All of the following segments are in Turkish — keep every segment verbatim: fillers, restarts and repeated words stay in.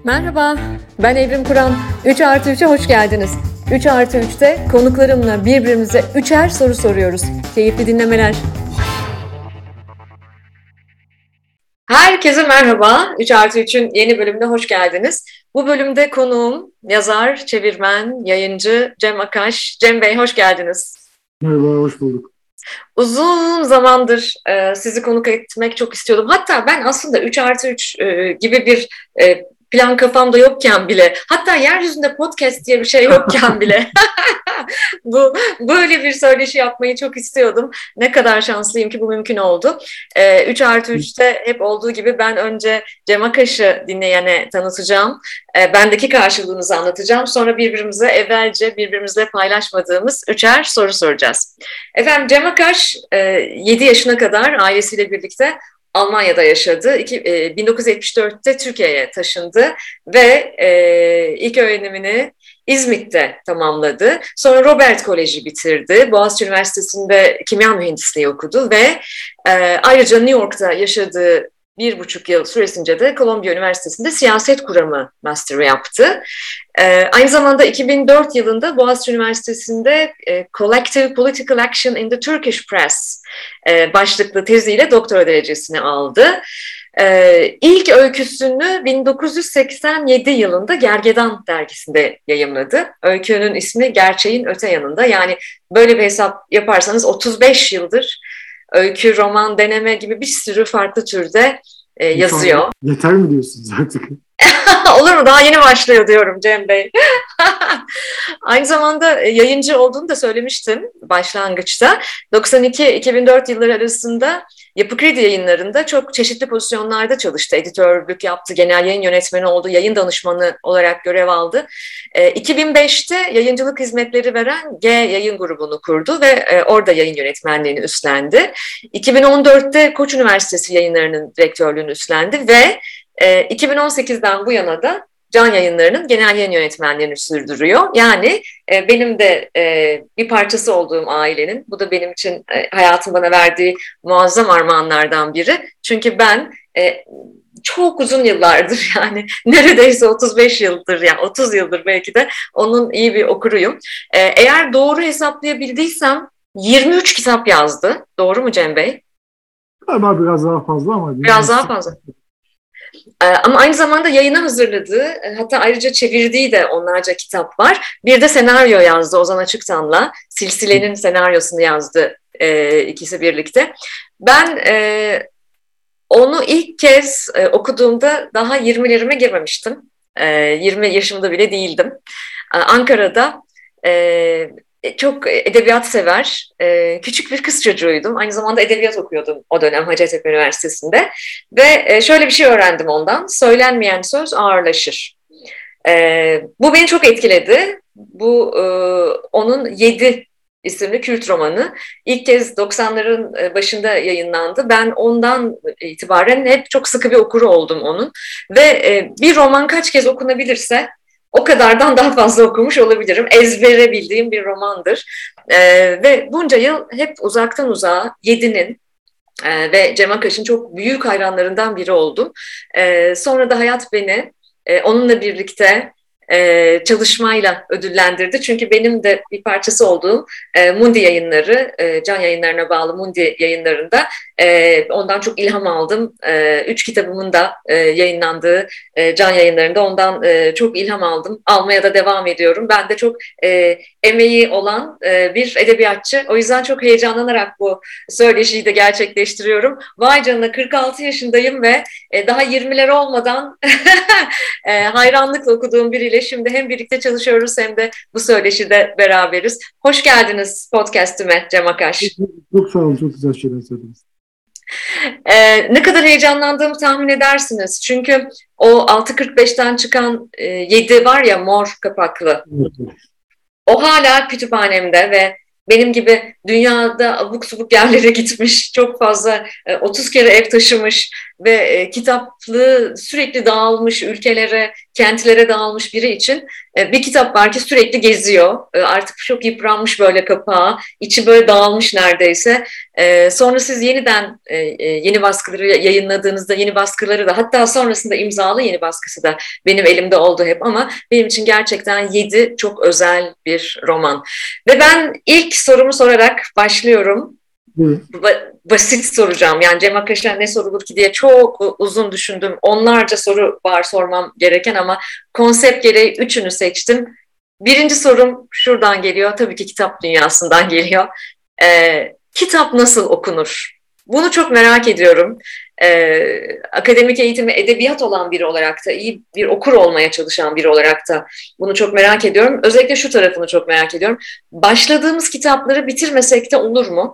Merhaba, ben Evrim Kur'an. üç artı üçe hoş geldiniz. üç artı üçte konuklarımla birbirimize üçer soru soruyoruz. Keyifli dinlemeler. Herkese merhaba. üç artı üçün yeni bölümüne hoş geldiniz. Bu bölümde konuğum yazar, çevirmen, yayıncı Cem Akaş. Cem Bey hoş geldiniz. Merhaba, hoş bulduk. Uzun zamandır e, sizi konuk etmek çok istiyordum. Hatta ben aslında üç artı üç e, gibi bir e, plan kafamda yokken bile, hatta yeryüzünde podcast diye bir şey yokken bile bu böyle bir söyleşi yapmayı çok istiyordum. Ne kadar şanslıyım ki bu mümkün oldu. E, üç artı üçte hep olduğu gibi ben önce Cem Akaş'ı dinleyene tanıtacağım. E, bendeki karşılığınızı anlatacağım. Sonra birbirimize evvelce birbirimizle paylaşmadığımız üçer soru soracağız. Efendim Cem Akaş e, yedi yaşına kadar ailesiyle birlikte Almanya'da yaşadı. bin dokuz yüz yetmiş dörtte Türkiye'ye taşındı ve e, ilk öğrenimini İzmit'te tamamladı. Sonra Robert Koleji bitirdi. Boğaziçi Üniversitesi'nde kimya mühendisliği okudu ve e, ayrıca New York'ta yaşadığı bir buçuk yıl süresince de Columbia Üniversitesi'nde siyaset kuramı master'ı yaptı. Ee, aynı zamanda iki bin dört yılında Boğaziçi Üniversitesi'nde e, Collective Political Action in the Turkish Press e, başlıklı teziyle doktora derecesini aldı. Ee, ilk öyküsünü bin dokuz yüz seksen yedi yılında Gergedan dergisinde yayımladı. Öykünün ismi Gerçeğin Öte Yanında. Yani böyle bir hesap yaparsanız otuz beş yıldır öykü, roman, deneme gibi bir sürü farklı türde e, yazıyor. Yeter mi diyorsunuz artık? Olur mu? Daha yeni başlıyor diyorum Cem Bey. Aynı zamanda yayıncı olduğunu da söylemiştim başlangıçta. doksan iki iki bin dört yılları arasında Yapı Kredi Yayınları'nda çok çeşitli pozisyonlarda çalıştı. Editörlük yaptı, genel yayın yönetmeni oldu, yayın danışmanı olarak görev aldı. E, iki bin beşte yayıncılık hizmetleri veren G Yayın grubunu kurdu ve e, orada yayın yönetmenliğini üstlendi. iki bin on dörtte Koç Üniversitesi Yayınları'nın direktörlüğünü üstlendi ve e, iki bin on sekizden bu yana da Can Yayınları'nın genel yayın yönetmenliğini sürdürüyor. Yani e, benim de e, bir parçası olduğum ailenin, bu da benim için e, hayatın bana verdiği muazzam armağanlardan biri. Çünkü ben e, çok uzun yıllardır, yani neredeyse otuz beş yıldır, yani otuz yıldır belki de onun iyi bir okuruyum. E, eğer doğru hesaplayabildiysem yirmi üç kitap yazdı. Doğru mu Cem Bey? Galiba biraz daha fazla ama. Biraz daha fazla. Ama aynı zamanda yayına hazırladığı, hatta ayrıca çevirdiği de onlarca kitap var. Bir de senaryo yazdı Ozan Açıktan'la. Silsile'nin senaryosunu yazdı e, ikisi birlikte. Ben e, onu ilk kez e, okuduğumda daha yirmilerime girmemiştim. E, yirmi yaşımda bile değildim. E, Ankara'da e, çok edebiyat sever, e, küçük bir kız çocuğuydum. Aynı zamanda edebiyat okuyordum o dönem Hacettepe Üniversitesi'nde. Ve e, şöyle bir şey öğrendim ondan. Söylenmeyen söz ağırlaşır. E, bu beni çok etkiledi. Bu e, onun Yedi isimli kült romanı. İlk kez doksanların başında yayınlandı. Ben ondan itibaren hep çok sıkı bir okuru oldum onun. Ve e, bir roman kaç kez okunabilirse o kadardan daha fazla okumuş olabilirim. Ezbere bildiğim bir romandır. Ee, ve bunca yıl hep uzaktan uzağa Yedi'nin e, ve Cem Akaş'ın çok büyük hayranlarından biri oldum. E, sonra da hayat beni e, onunla birlikte e, çalışmayla ödüllendirdi. Çünkü benim de bir parçası olduğum e, Mundi Yayınları, e, Can Yayınları'na bağlı Mundi Yayınları'nda e, ondan çok ilham aldım. E, üç kitabımın da e, yayınlandığı e, Can Yayınları'nda ondan e, çok ilham aldım. Almaya da devam ediyorum. Ben de çok e, emeği olan e, bir edebiyatçı. O yüzden çok heyecanlanarak bu söyleşiyi de gerçekleştiriyorum. Vay canına, kırk altı yaşındayım ve e, daha yirmiler olmadan e, hayranlıkla okuduğum biriyle şimdi hem birlikte çalışıyoruz hem de bu söyleşide beraberiz. Hoş geldiniz podcast'ime Cem Akaş. Çok sağ olun, çok güzel şeyler söylediniz. Ee, ne kadar heyecanlandığımı tahmin edersiniz. Çünkü o altı kırk beşten çıkan e, Yedi var ya, mor kapaklı. Evet. O hala kütüphanemde ve benim gibi dünyada abuk subuk yerlere gitmiş, çok fazla e, otuz kere ev taşımış ve e, kitaplığı sürekli dağılmış ülkelere, kentlere dağılmış biri için e, bir kitap var ki sürekli geziyor. E, artık çok yıpranmış böyle kapağı, içi böyle dağılmış neredeyse. E, sonra siz yeniden e, yeni baskıları yayınladığınızda yeni baskıları da hatta sonrasında imzalı yeni baskısı da benim elimde oldu hep ama benim için gerçekten Yedi çok özel bir roman. Ve ben ilk sorumu sorarak başlıyorum. Evet. Basit soracağım. Yani Cem Akkaş'tan ne sorulur ki diye çok uzun düşündüm. Onlarca soru var sormam gereken ama konsept gereği üçünü seçtim. Birinci sorum şuradan geliyor. Tabii ki kitap dünyasından geliyor. Ee, kitap nasıl okunur? Bunu çok merak ediyorum. Ee, akademik eğitimi edebiyat olan biri olarak da, iyi bir okur olmaya çalışan biri olarak da bunu çok merak ediyorum. Özellikle şu tarafını çok merak ediyorum. Başladığımız kitapları bitirmesek de olur mu?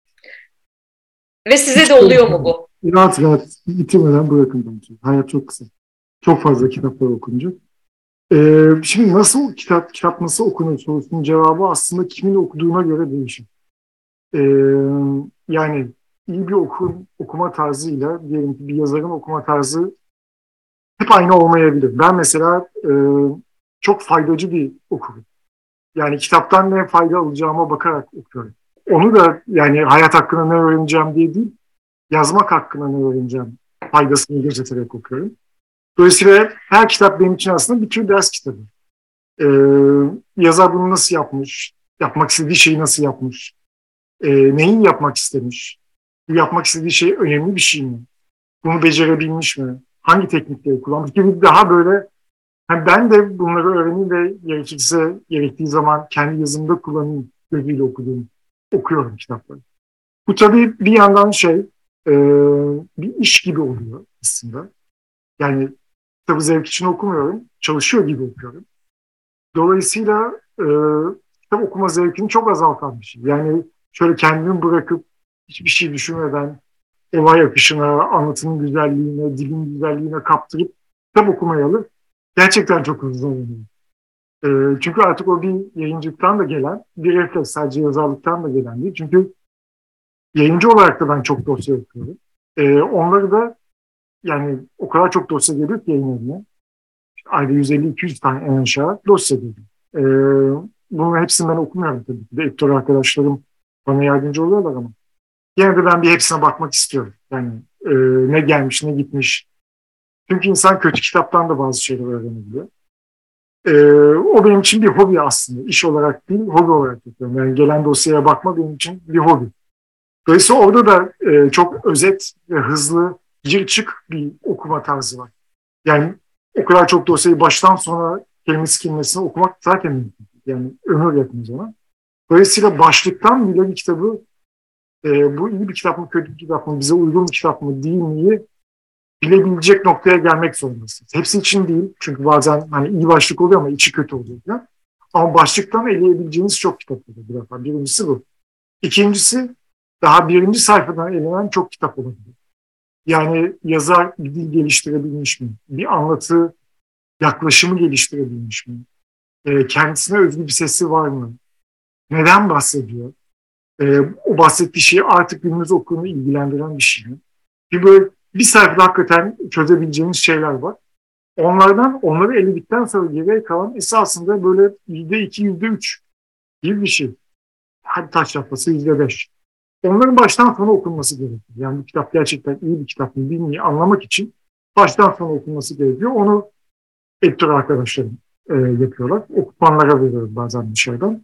Ve size de oluyor mu bu? Rahat rahat bitirmeden bırakın bence. Hayat çok kısa. Çok fazla kitaplar okunacak. Ee, şimdi nasıl kitap, kitap nasıl okunur sorusunun cevabı aslında kimin okuduğuna göre değişir. Ee, yani iyi bir okur, okuma tarzıyla diyelim ki bir yazarın okuma tarzı hep aynı olmayabilir. Ben mesela e, çok faydacı bir okurum. Yani kitaptan ne fayda alacağıma bakarak okuyorum. Onu da yani hayat hakkında ne öğreneceğim diye değil, yazmak hakkında ne öğreneceğim faydasını gözeterek okuyorum. Dolayısıyla her kitap benim için aslında bir tür ders kitabı. Ee, yazar bunu nasıl yapmış, yapmak istediği şeyi nasıl yapmış, e, neyi yapmak istemiş, bu yapmak istediği şey önemli bir şey mi, bunu becerebilmiş mi, hangi teknikleri kullanmış gibi daha böyle hem ben de bunları öğreneyim ve gerekirse gerektiği zaman kendi yazımda kullanayım gözüyle okuduğum, okuyorum kitapları. Bu tabii bir yandan şey, e, bir iş gibi oluyor aslında. Yani kitabı zevk için okumuyorum, çalışıyor gibi okuyorum. Dolayısıyla e, kitap okuma zevkini çok azaltan bir şey. Yani şöyle kendimi bırakıp hiçbir şey düşünmeden olay akışına, anlatının güzelliğine, dilin güzelliğine kaptırıp kitap okumayalı gerçekten çok hızlı oluyor. E, çünkü artık o bir yayıncılıktan da gelen, bir refleks sadece yazarlıktan da gelen değil. Çünkü yayıncı olarak da ben çok dosya okuyorum. E, onları da yani o kadar çok dosya geliyor ki yayın evine. Ayda yüz elli iki yüz tane en aşağı dosya geliyor. E, bunun hepsini ben okumuyorum tabii ki de. Editör arkadaşlarım bana yardımcı oluyorlar ama. Yine de ben bir hepsine bakmak istiyorum. Yani e, ne gelmiş ne gitmiş. Çünkü insan kötü kitaptan da bazı şeyler öğrenebiliyor. E, o benim için bir hobi aslında. İş olarak değil, hobi olarak yapıyorum. Yani gelen dosyaya bakma benim için bir hobi. Dolayısıyla orada da e, çok özet ve hızlı, gir çık bir okuma tarzı var. Yani o kadar çok dosyayı baştan sona kelimesi kelimesine okumak zaten mümkün. Yani ömür yetmez ona. Dolayısıyla başlıktan bile bir kitabı e, bu iyi bir kitap mı, kötü bir kitap mı, bize uygun bir kitap mı değil miyi bilebilecek noktaya gelmek zorundasınız. Hepsi için değil. Çünkü bazen hani iyi başlık oluyor ama içi kötü oluyor. Falan. Ama başlıktan eleyebileceğiniz çok kitap oluyor bir defa. Birincisi bu. İkincisi daha birinci sayfadan elenen çok kitap olabilir. Yani yazar bir dil geliştirebilmiş mi? Bir anlatı yaklaşımı geliştirebilmiş mi? E, kendisine özgü bir sesi var mı? Neden bahsediyor? E, o bahsettiği şey artık günümüz okurunu ilgilendiren bir şey mi? Bir böyle bir sayfada hakikaten çözebileceğiniz şeyler var. Onlardan, onları eledikten sonra geriye kalan esasında böyle yüzde iki, yüzde üç gibi bir şey. Hadi taş yapması yüzde beş. Onların baştan sona okunması gerekiyor. Yani bu kitap gerçekten iyi bir kitap mı bilmeyi anlamak için baştan sona okunması gerekiyor. Onu editör arkadaşlarım e, yapıyorlar. Okupanlara veriyorum bazen dışarıdan.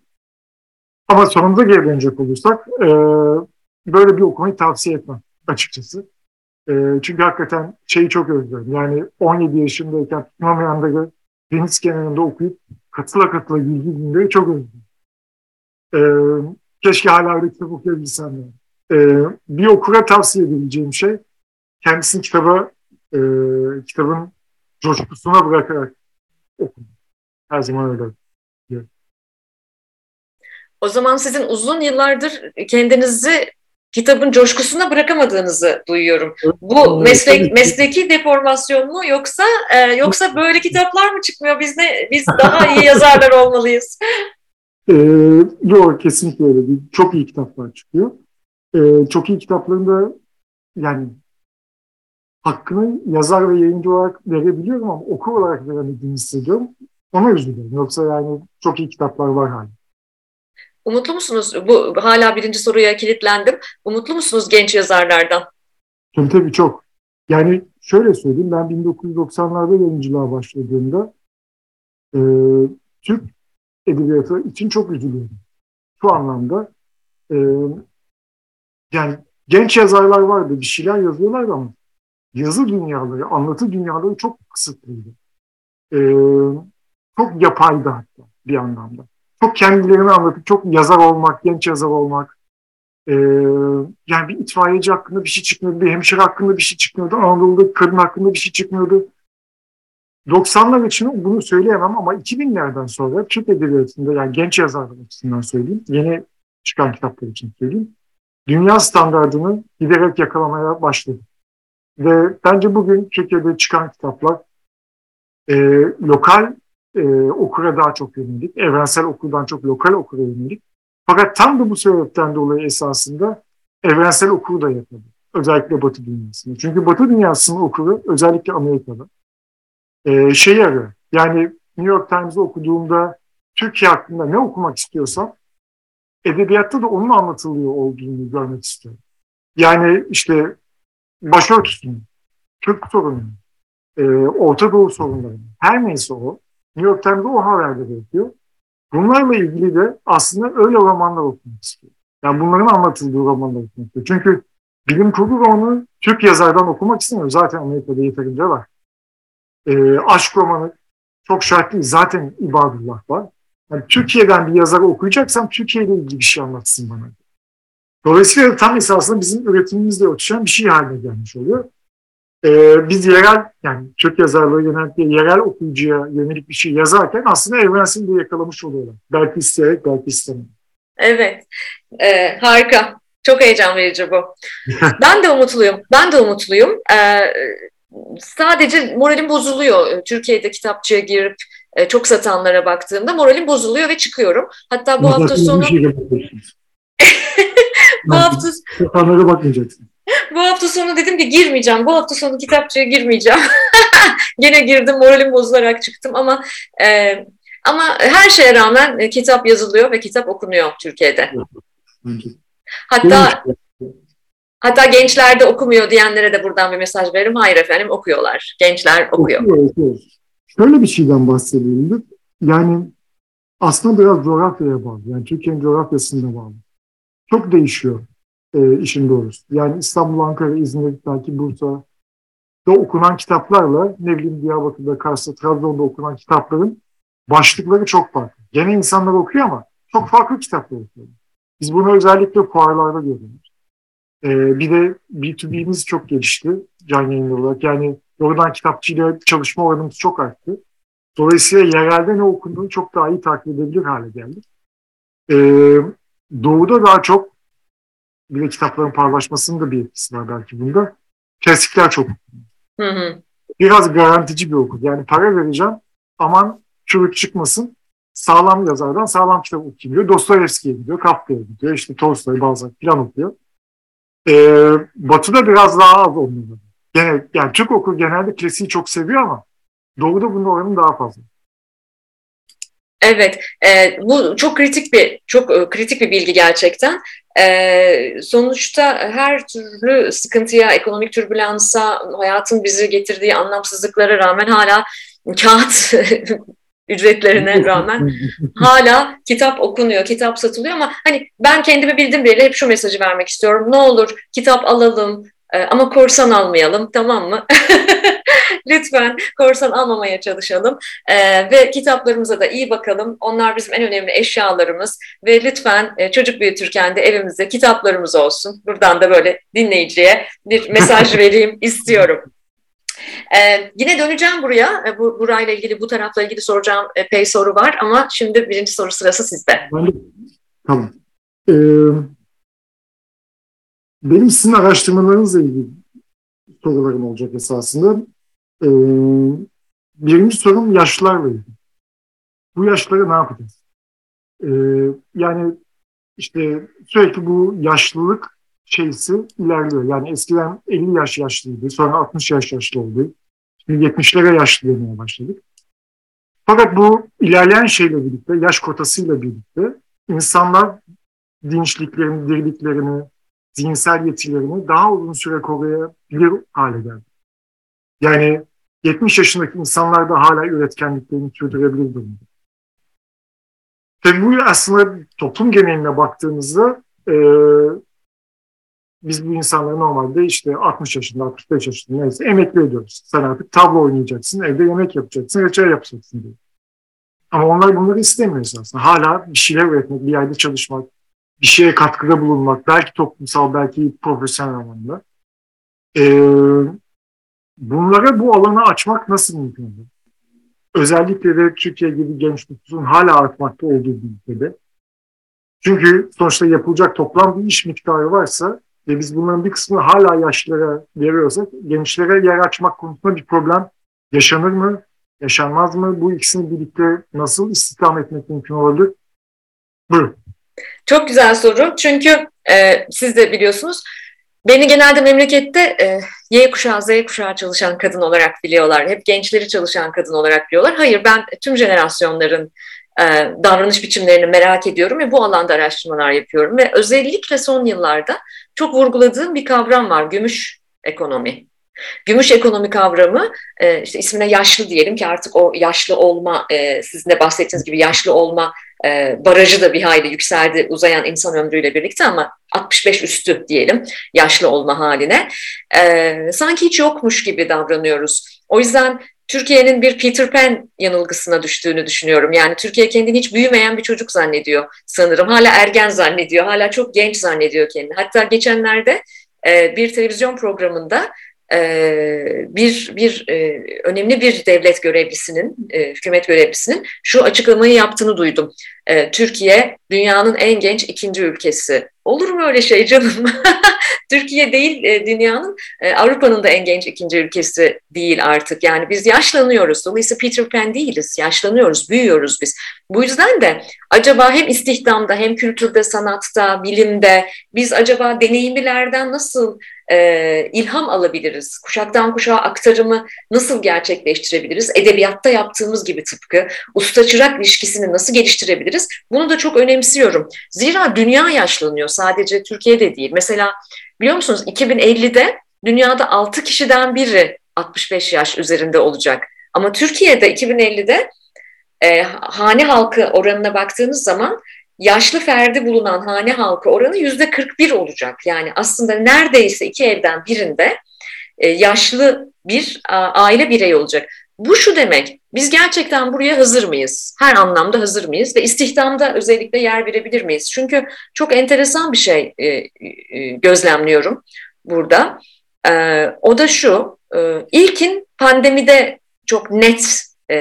Ama sonunda geri dönecek olursak e, böyle bir okumayı tavsiye etmem açıkçası. E, çünkü hakikaten şeyi çok özlüyorum. Yani on yedi yaşındayken tutmamayanları deniz kenarında okuyup katıla katıla güldüğü günleri çok özlüyorum. E, keşke hala öyle kitap okuyabilsem. Yani. E, bir okura tavsiye edebileceğim şey kendisini kitaba e, kitabın coşkusuna bırakarak okun. Her zaman öyle diyor. O zaman sizin uzun yıllardır kendinizi kitabın coşkusuna bırakamadığınızı duyuyorum. Bu Ee, meslek mesleki deformasyon mu yoksa e, yoksa böyle kitaplar mı çıkmıyor? Biz ne biz daha iyi yazarlar olmalıyız. Ee, yok kesinlikle öyle değil. Çok iyi kitaplar çıkıyor. Ee, çok iyi kitapların da yani hakkını yazar ve yayıncı olarak verebiliyorum ama okur olarak veremediğimi hissediyorum. Ona üzülüyorum. Yoksa yani çok iyi kitaplar var hala. Umutlu musunuz? Bu hala birinci soruya kilitlendim. Umutlu musunuz genç yazarlardan? Tabii tabii çok. Yani şöyle söyleyeyim, ben bin dokuz yüz doksanlarda yayıncılığa başladığımda e, Türk edebiyatı için çok üzülüyordum. Şu anlamda e, yani genç yazarlar vardı, bir şeyler yazıyorlardı ama yazı dünyaları, anlatı dünyaları çok kısıtlıydı. E, Çok yapaydı hatta bir anlamda. Çok kendilerini anlatıp çok yazar olmak, genç yazar olmak. E, Yani bir itfaiyeci hakkında bir şey çıkmıyordu, bir hemşire hakkında bir şey çıkmıyordu, Anadolu'da kadın hakkında bir şey çıkmıyordu. doksanlar için bunu söyleyemem ama iki binlerden sonra Türk Edebiyatı'nda, yani genç yazarlar açısından söyleyeyim, yeni çıkan kitaplar için söyleyeyim, dünya standartını giderek yakalamaya başladı. Ve bence bugün Türkiye'de çıkan kitaplar e, lokal e, okura daha çok yönelik, evrensel okurdan çok lokal okura yönelik. Fakat tam da bu sebepten dolayı esasında evrensel okuru da yakaladı. Özellikle Batı dünyasında. Çünkü Batı dünyasının okuru, özellikle Amerika'da, e, şeyi arıyor. Yani New York Times'ı okuduğumda Türkiye hakkında ne okumak istiyorsam edebiyatta da onun anlatılıyor olduğunu görmek istiyorum. Yani işte başörtüsünü, Türk sorununu, e, Orta Doğu sorunlarını, her neyse o, New York Times'da o haberleri yapıyor. Bunlarla ilgili de aslında öyle romanlar okumak istiyor. Yani bunların anlatıldığı romanlar okumak istiyor. Çünkü bilim kurgu romanı Türk yazardan okumak istemiyor. Zaten Amerika'da yeterince var. E, aşk romanı çok şart değil. Zaten İbadullah var. Yani Türkiye'den bir yazarı okuyacaksam Türkiye ile ilgili bir şey anlatsın bana. Dolayısıyla tam esasında bizim üretimimizle örtüşen bir şey haline gelmiş oluyor. Ee, biz yerel, yani Türk yazarları genellikle yerel okuyucuya yönelik bir şey yazarken aslında evrensini de yakalamış oluyorlar. Belki isteyerek, belki istemeyerek. Evet, e, harika. Çok heyecan verici bu. Ben de umutluyum. Ben de umutluyum. Ee, sadece moralim bozuluyor. Türkiye'de kitapçıya girip e, çok satanlara baktığımda moralim bozuluyor ve çıkıyorum. Hatta bu hafta Bir sonu şeye bakıyorsunuz. bu hafta Satanlara bakmayacaksın. bu hafta sonu dedim ki girmeyeceğim. Bu hafta sonu kitapçıya girmeyeceğim. Gene girdim, moralim bozularak çıktım ama e, ama her şeye rağmen e, kitap yazılıyor ve kitap okunuyor Türkiye'de. Hatta Hatta gençler de okumuyor diyenlere de buradan bir mesaj verelim. Hayır efendim, okuyorlar. Gençler okuyor. Okuyor, okuyor. Şöyle bir şeyden bahsedelim. Yani aslında biraz coğrafyaya bağlı. Yani Türkiye'nin coğrafyasına bağlı. Çok değişiyor e, işin doğrusu. Yani İstanbul, Ankara, İzmir, belki Bursa'da okunan kitaplarla ne bileyim Diyarbakır'da, Kars'ta, Trabzon'da okunan kitapların başlıkları çok farklı. Gene insanlar okuyor ama çok farklı kitaplar okuyor. Biz bunu özellikle fuarlarda görüyoruz. Ee, bir de B iki B'miz çok gelişti can yayın olarak. Yani doğrudan kitapçıyla çalışma oranımız çok arttı. Dolayısıyla yerelde ne okunduğunu çok daha iyi takip edebilir hale geldik. Ee, Doğuda daha çok, bir de kitapların parlaşmasının da bir etkisi var belki bunda. Klasikler çok. Hı hı. Biraz garantici bir okur. Yani para vereceğim, aman çürük çıkmasın, sağlam yazardan sağlam kitap okuyayım diyor. Dostoyevski'ye gidiyor, Kafka'ya gidiyor, işte Tolstoy, Balzac falan okuyor. Ee, Batı'da biraz daha az onların. Gene, yani Türk okur genelde klasiği çok seviyor ama Doğu'da bunun oranı daha fazla. Evet, e, bu çok kritik bir çok e, kritik bir bilgi gerçekten. E, sonuçta her türlü sıkıntıya, ekonomik türbülansa, hayatın bizi getirdiği anlamsızlıklara rağmen hala kağıt ücretlerine rağmen hala kitap okunuyor, kitap satılıyor ama hani ben kendimi bildim bileli hep şu mesajı vermek istiyorum. Ne olur kitap alalım e, ama korsan almayalım, tamam mı? Lütfen korsan almamaya çalışalım ee, ve kitaplarımıza da iyi bakalım. Onlar bizim en önemli eşyalarımız ve lütfen e, çocuk büyütürken de evimizde kitaplarımız olsun. Buradan da böyle dinleyiciye bir mesaj vereyim istiyorum. Ee, yine döneceğim buraya. E, bu, burayla ilgili, bu tarafla ilgili soracağım epey soru var ama şimdi birinci soru sırası sizde. Tamam. Ee, benim sizin araştırmalarınızla ilgili sorularım olacak esasında. Ee, birinci sorum yaşlılarla ilgili. Bu yaşlılara ne yapacağız? Ee, yani işte sürekli bu yaşlılık şeysi ilerliyor. Yani eskiden elli yaş yaşlıydı, sonra altmış yaş yaşlı oldu. Şimdi yetmişlere yaşlı demeye başladık. Fakat bu ilerleyen şeyle birlikte, yaş kotasıyla birlikte insanlar dinçliklerini, diriliklerini, zihinsel yetilerini daha uzun süre koruyabilir hale geldi. Yani yetmiş yaşındaki insanlar da hala üretkenliklerini sürdürebilir durumda. Tabii bu aslında toplum geneline baktığımızda e, biz bu insanları normalde işte altmış yaşında, altmış beş yaşında neyse emekli ediyoruz. Sen artık tablo oynayacaksın, evde yemek yapacaksın, reçel yapacaksın diye. Ama onlar bunları istemiyor aslında. Hala bir şeyler üretmek, bir yerde çalışmak, bir şeye katkıda bulunmak, belki toplumsal, belki profesyonel anlamda. Ee, bunlara bu alanı açmak nasıl mümkün? Özellikle de Türkiye gibi genç nüfusun hala artmakta olduğu bir ülkede. Çünkü sonuçta yapılacak toplam bir iş miktarı varsa ve biz bunların bir kısmını hala yaşlılara veriyorsak gençlere yer açmak konusunda bir problem yaşanır mı? Yaşanmaz mı? Bu ikisini birlikte nasıl istihdam etmek mümkün olabilir? Buyurun. Çok güzel soru. Çünkü e, siz de biliyorsunuz beni genelde memlekette e, Y kuşağı, Z kuşağı çalışan kadın olarak biliyorlar. Hep gençleri çalışan kadın olarak biliyorlar. Hayır, ben tüm jenerasyonların e, davranış biçimlerini merak ediyorum ve bu alanda araştırmalar yapıyorum. Ve özellikle son yıllarda çok vurguladığım bir kavram var, gümüş ekonomi. Gümüş ekonomi kavramı, e, işte ismine yaşlı diyelim ki artık o yaşlı olma, e, sizin de bahsettiğiniz gibi yaşlı olma e, barajı da bir hayli yükseldi uzayan insan ömrüyle birlikte, ama altmış beş üstü diyelim yaşlı olma haline. E, sanki hiç yokmuş gibi davranıyoruz. O yüzden Türkiye'nin bir Peter Pan yanılgısına düştüğünü düşünüyorum. Yani Türkiye kendini hiç büyümeyen bir çocuk zannediyor sanırım. Hala ergen zannediyor, hala çok genç zannediyor kendini. Hatta geçenlerde e, bir televizyon programında bir bir önemli bir devlet görevlisinin, hükümet görevlisinin şu açıklamayı yaptığını duydum. Türkiye dünyanın en genç ikinci ülkesi. Olur mu öyle şey canım? Türkiye değil, dünyanın, Avrupa'nın da en genç ikinci ülkesi değil artık. Yani biz yaşlanıyoruz. Dolayısıyla Peter Pan değiliz. Yaşlanıyoruz, büyüyoruz biz. Bu yüzden de acaba hem istihdamda hem kültürde, sanatta, bilimde biz acaba deneyimlilerden nasıl e, ilham alabiliriz? Kuşaktan kuşağa aktarımı nasıl gerçekleştirebiliriz? Edebiyatta yaptığımız gibi tıpkı usta-çırak ilişkisini nasıl geliştirebiliriz? Bunu da çok önemsiyorum. Zira dünya yaşlanıyor, sadece Türkiye'de değil. Mesela biliyor musunuz iki bin ellide dünyada altı kişiden biri altmış beş yaş üzerinde olacak. Ama Türkiye'de iki bin ellide e, hane halkı oranına baktığınız zaman yaşlı ferdi bulunan hane halkı oranı yüzde kırk bir olacak. Yani aslında neredeyse iki evden birinde e, yaşlı bir a, aile bireyi olacak. Bu şu demek, biz gerçekten buraya hazır mıyız? Her anlamda hazır mıyız? Ve istihdamda özellikle yer verebilir miyiz? Çünkü çok enteresan bir şey e, e, gözlemliyorum burada. E, o da şu, e, ilkin pandemide çok net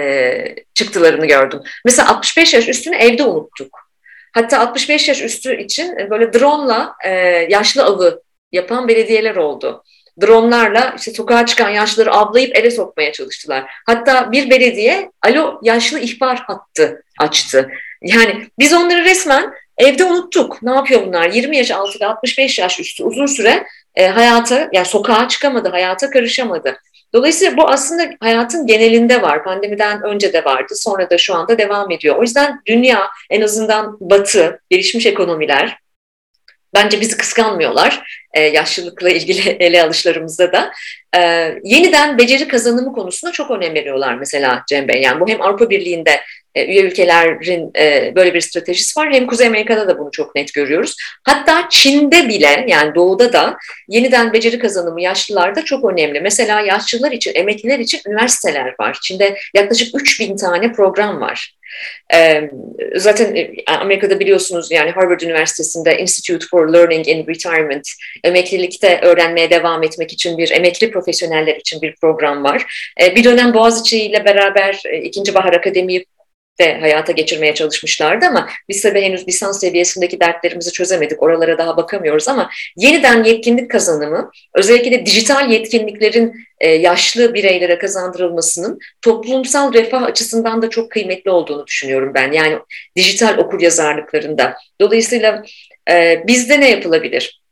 e, çıktılarını gördüm. Mesela altmış beş yaş üstünü evde unuttuk. Hatta altmış beş yaş üstü için böyle drone'la e, yaşlı avı yapan belediyeler oldu. Dronlarla işte sokağa çıkan yaşlıları avlayıp eve sokmaya çalıştılar. Hatta bir belediye alo yaşlı ihbar hattı açtı. Yani biz onları resmen evde unuttuk. Ne yapıyor bunlar? yirmi yaş altı, altmış beş yaş üstü uzun süre e, hayata, yani sokağa çıkamadı, hayata karışamadı. Dolayısıyla bu aslında hayatın genelinde var. Pandemiden önce de vardı, sonra da şu anda devam ediyor. O yüzden dünya, en azından Batı, gelişmiş ekonomiler bence bizi kıskanmıyorlar. Ee, yaşlılıkla ilgili ele alışlarımızda da. Ee, yeniden beceri kazanımı konusunda çok önem veriyorlar mesela Cem Bey. Yani bu hem Avrupa Birliği'nde e, üye ülkelerin e, böyle bir stratejisi var, hem Kuzey Amerika'da da bunu çok net görüyoruz. Hatta Çin'de bile, yani doğuda da yeniden beceri kazanımı yaşlılarda çok önemli. Mesela yaşlılar için, emekliler için üniversiteler var. Çin'de yaklaşık üç bin tane program var. Ee, zaten Amerika'da biliyorsunuz, yani Harvard Üniversitesi'nde Institute for Learning in Retirement, emeklilikte öğrenmeye devam etmek için bir emekli profesyoneller için bir program var. Ee, bir dönem Boğaziçi ile beraber e, İkinci Bahar Akademi'yi de hayata geçirmeye çalışmışlardı, ama biz tabii henüz lisans seviyesindeki dertlerimizi çözemedik. Oralara daha bakamıyoruz, ama yeniden yetkinlik kazanımı, özellikle de dijital yetkinliklerin e, yaşlı bireylere kazandırılmasının toplumsal refah açısından da çok kıymetli olduğunu düşünüyorum ben. Yani dijital okuryazarlıklarında. Dolayısıyla e, bizde ne yapılabilir?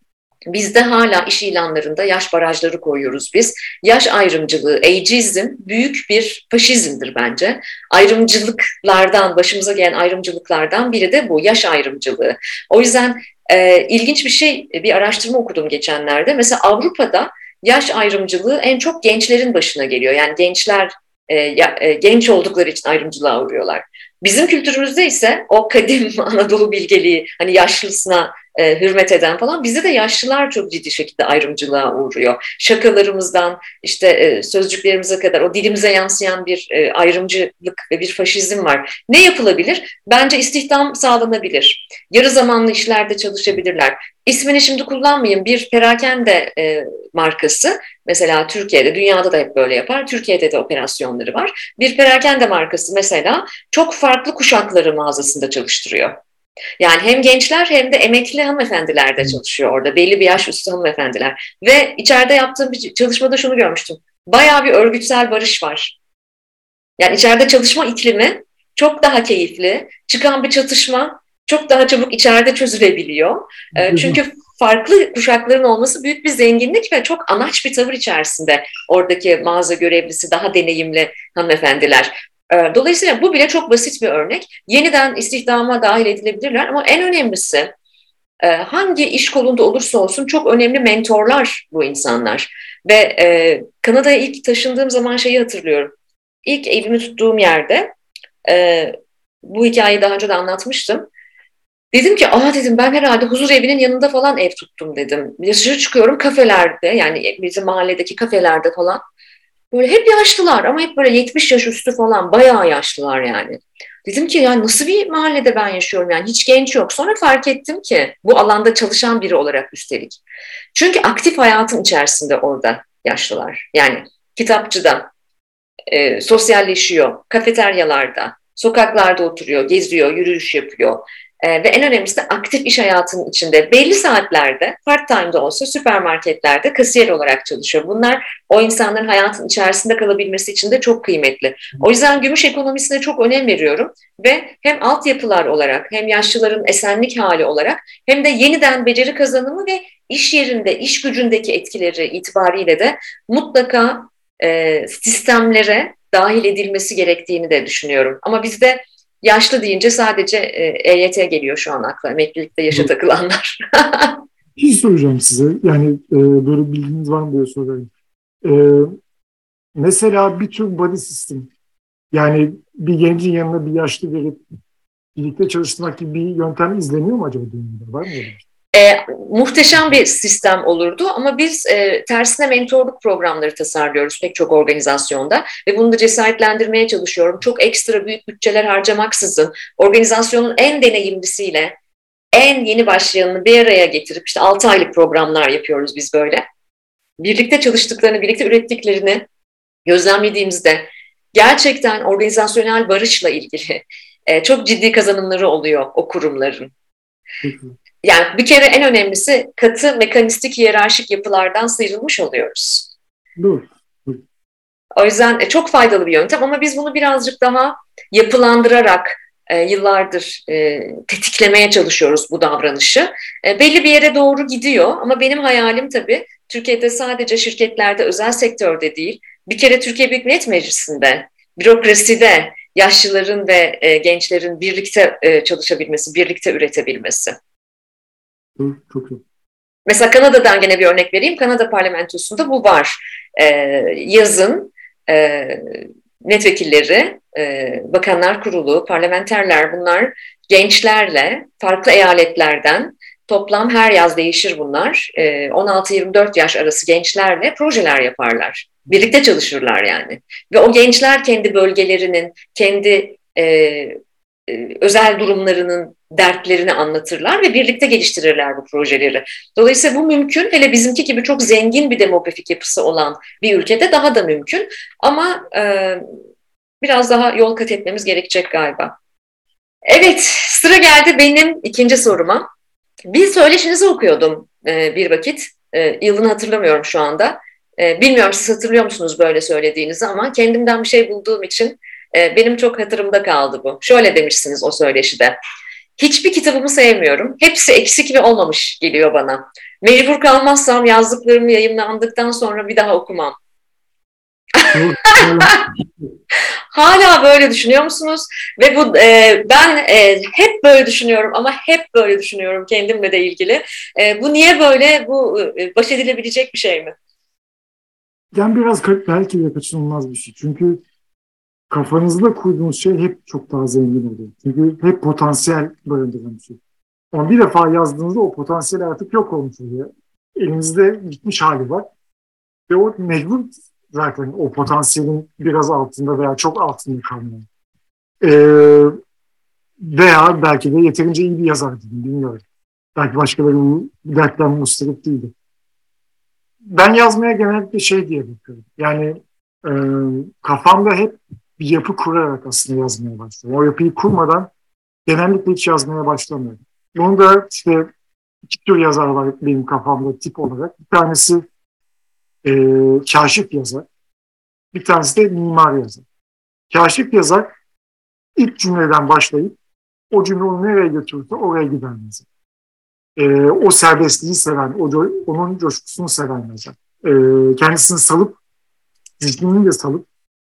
Bizde hala iş ilanlarında yaş barajları koyuyoruz biz. Yaş ayrımcılığı, ageizm büyük bir faşizmdir bence. Ayrımcılıklardan, başımıza gelen ayrımcılıklardan biri de bu, yaş ayrımcılığı. O yüzden e, ilginç bir şey, bir araştırma okudum geçenlerde. Mesela Avrupa'da yaş ayrımcılığı en çok gençlerin başına geliyor. Yani gençler e, ya, e, genç oldukları için ayrımcılığa uğruyorlar. Bizim kültürümüzde ise o kadim Anadolu bilgeliği, hani yaşlısına e, hürmet eden falan, bizde de yaşlılar çok ciddi şekilde ayrımcılığa uğruyor. Şakalarımızdan işte e, sözcüklerimize kadar o dilimize yansıyan bir e, ayrımcılık ve bir faşizm var. Ne yapılabilir? Bence istihdam sağlanabilir. Yarı zamanlı işlerde çalışabilirler. İsmini şimdi kullanmayayım, bir perakende e, markası, mesela Türkiye'de, dünyada da hep böyle yapar, Türkiye'de de operasyonları var. Bir perakende markası mesela çok farklı kuşakları mağazasında çalıştırıyor. Yani hem gençler hem de emekli hanımefendiler de çalışıyor orada. Belli bir yaş üstü hanımefendiler. Ve içeride yaptığım bir çalışmada şunu görmüştüm. Bayağı bir örgütsel barış var. Yani içeride çalışma iklimi çok daha keyifli. Çıkan bir çatışma çok daha çabuk içeride çözülebiliyor. Çünkü farklı kuşakların olması büyük bir zenginlik ve çok anaç bir tavır içerisinde oradaki mağaza görevlisi, daha deneyimli hanımefendiler. Dolayısıyla bu bile çok basit bir örnek. Yeniden istihdama dahil edilebilirler ama en önemlisi hangi iş kolunda olursa olsun çok önemli mentorlar bu insanlar. Ve Kanada'ya ilk taşındığım zaman şeyi hatırlıyorum. İlk evimi tuttuğum yerde, bu hikayeyi daha önce de anlatmıştım. Dedim ki, aa dedim, ben herhalde huzur evinin yanında falan ev tuttum dedim. Dışarı çıkıyorum kafelerde, yani bizim mahalledeki kafelerde falan. Böyle hep yaşlılar ama hep böyle yetmiş yaş üstü falan, bayağı yaşlılar yani. Dedim ki ya nasıl bir mahallede ben yaşıyorum, yani hiç genç yok. Sonra fark ettim ki bu alanda çalışan biri olarak üstelik. Çünkü aktif hayatın içerisinde orada yaşlılar. Yani kitapçıda, e, sosyalleşiyor, kafeteryalarda, sokaklarda oturuyor, geziyor, yürüyüş yapıyor. E, ve en önemlisi de aktif iş hayatının içinde belli saatlerde, part-time'da olsa süpermarketlerde kasiyer olarak çalışıyor. Bunlar o insanların hayatın içerisinde kalabilmesi için de çok kıymetli. O yüzden gümüş ekonomisine çok önem veriyorum ve hem altyapılar olarak, hem yaşlıların esenlik hali olarak, hem de yeniden beceri kazanımı ve iş yerinde, iş gücündeki etkileri itibariyle de mutlaka e, sistemlere dahil edilmesi gerektiğini de düşünüyorum. Ama bizde yaşlı deyince sadece e, E Y T geliyor şu an akla, emeklilikte yaşa takılanlar. Bir şey soracağım size. Yani e, böyle bilginiz var mı diye soruyorum. E, mesela bir tür body system. Yani bir gencin yanına bir yaşlı verip birlikte çalıştırmak gibi bir yöntem izleniyor mu acaba dünyada? Var mı öyle bir şey? E, muhteşem bir sistem olurdu ama biz e, tersine mentorluk programları tasarlıyoruz pek çok organizasyonda ve bunu da cesaretlendirmeye çalışıyorum. Çok ekstra büyük bütçeler harcamaksızın organizasyonun en deneyimlisiyle en yeni başlayanını bir araya getirip işte altı aylık programlar yapıyoruz biz böyle. Birlikte çalıştıklarını, birlikte ürettiklerini gözlemlediğimizde gerçekten organizasyonel barışla ilgili e, çok ciddi kazanımları oluyor o kurumların. Yani bir kere en önemlisi katı mekanistik hiyerarşik yapılardan sıyrılmış oluyoruz. Doğru. O yüzden çok faydalı bir yöntem ama biz bunu birazcık daha yapılandırarak e, yıllardır e, tetiklemeye çalışıyoruz bu davranışı. E, belli bir yere doğru gidiyor ama benim hayalim tabii Türkiye'de sadece şirketlerde, özel sektörde değil, bir kere Türkiye Büyük Millet Meclisi'nde, bürokraside yaşlıların ve e, gençlerin birlikte e, çalışabilmesi, birlikte üretebilmesi. Çok çok. Mesela Kanada'dan gene bir örnek vereyim. Kanada parlamentosunda bu var. Ee, yazın e, milletvekilleri, e, bakanlar kurulu, parlamenterler, bunlar gençlerle farklı eyaletlerden, toplam her yaz değişir bunlar, e, on altı yirmi dört yaş arası gençlerle projeler yaparlar. Birlikte çalışırlar yani. Ve o gençler kendi bölgelerinin, kendi e, özel durumlarının dertlerini anlatırlar ve birlikte geliştirirler bu projeleri. Dolayısıyla bu mümkün. Hele bizimki gibi çok zengin bir demografik yapısı olan bir ülkede daha da mümkün. Ama e, biraz daha yol kat etmemiz gerekecek galiba. Evet, sıra geldi benim ikinci soruma. Bir söyleşinizi okuyordum e, bir vakit. E, yılını hatırlamıyorum şu anda. E, bilmiyorum siz hatırlıyor musunuz böyle söylediğinizi ama kendimden bir şey bulduğum için e, benim çok hatırımda kaldı bu. Şöyle demişsiniz o söyleşide. Hiçbir kitabımı sevmiyorum. Hepsi eksik ve olmamış geliyor bana. Mecbur kalmazsam yazdıklarımı yayınlandıktan sonra bir daha okumam. Hala böyle düşünüyor musunuz? Ve bu e, ben e, hep böyle düşünüyorum ama hep böyle düşünüyorum kendimle de ilgili. E, bu niye böyle? Bu e, baş edilebilecek bir şey mi? Yani biraz belki de kaçınılmaz bir şey. Çünkü kafanızda kurduğunuz şey hep çok daha zengin oluyor. Çünkü hep potansiyel barındıran bir şey. Ama bir defa yazdığınızda o potansiyel artık yok olmuş oluyor. Elinizde gitmiş hali var. Ve o mecbur zaten o potansiyelin biraz altında veya çok altında kalmıyor. Ee, veya belki de yeterince iyi bir yazar değilim, bilmiyorum. Belki başkaları bu dertten mustarip değildi. Ben yazmaya genellikle şey diye bakıyorum. Yani e, kafamda hep bir yapı kurarak aslında yazmaya başlıyorum. O yapıyı kurmadan genellikle hiç yazmaya başlamıyorum. Bunu da işte iki tür yazar var benim kafamda tip olarak. Bir tanesi e, kaşif yazar. Bir tanesi de mimar yazar. Kaşif yazar ilk cümleden başlayıp o cümle onu nereye götürürse oraya giden yazar. E, o serbestliği seven, o, onun coşkusunu seven yazar. E, kendisini salıp, zihnini de salıp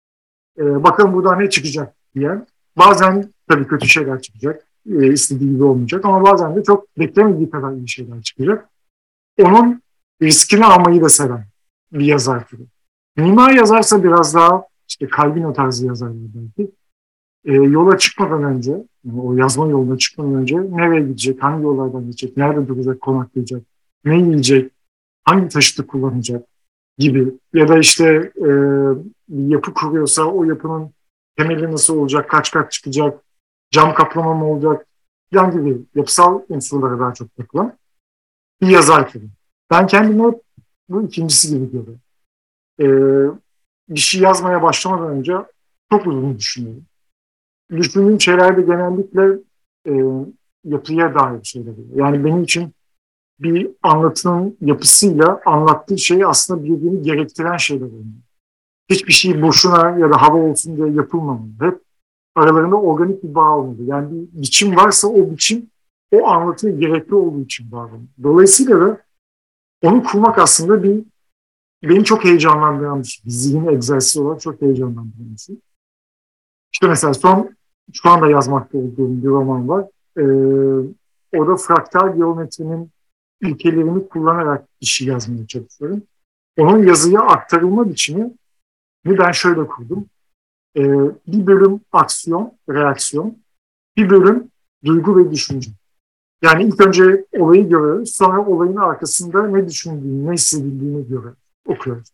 e, bakalım buradan ne çıkacak diyen. Bazen tabii kötü şeyler çıkacak. E, istediği gibi olmayacak ama bazen de çok beklemediği kadar iyi şeyler çıkacak. Onun riskini almayı da seven bir yazar türü. Mimar yazarsa biraz daha işte Calvino tarzı yazarlar belki. E, yola çıkmadan önce, yani o yazma yoluna çıkmadan önce nereye gidecek, hangi yollardan gidecek, nerede duracak, konaklayacak, ne yiyecek, hangi taşıtı kullanacak gibi. Ya da işte e, bir yapı kuruyorsa o yapının temeli nasıl olacak, kaç kat çıkacak, cam kaplama mı olacak, falan gibi yapısal unsurlara daha çok takılan bir yazar gibi. Ben kendimi hep bu ikincisi gibi görüyorum. E, bir şey yazmaya başlamadan önce çok uzun düşünüyorum. Düşündüğüm şeyler de genellikle e, yapıya dair şeyler oluyor. Yani benim için bir anlatının yapısıyla anlattığı şey aslında birbirini gerektiren şeyler oluyor. Hiçbir şey boşuna ya da hava olsun diye yapılmamalı. Hep aralarında organik bir bağ olmalı. Yani bir biçim varsa o biçim o anlatıya gerekli olduğu için var olmalı. Dolayısıyla da onu kurmak aslında bir beni çok heyecanlandıran bir şey. Bir zihin egzersizi olarak çok heyecanlandıran bir şey. İşte mesela son şu anda yazmakta olduğum bir roman var. Ee, orada fraktal geometrinin ilkelerini kullanarak bir şey yazmaya çalışıyorum. Onun yazıya aktarılma biçimi ben şöyle kurdum. Ee, bir bölüm aksiyon, reaksiyon, bir bölüm duygu ve düşünce. Yani ilk önce olayı görüyoruz, sonra olayın arkasında ne düşündüğünü, ne hissedildiğini görüyoruz, okuyoruz.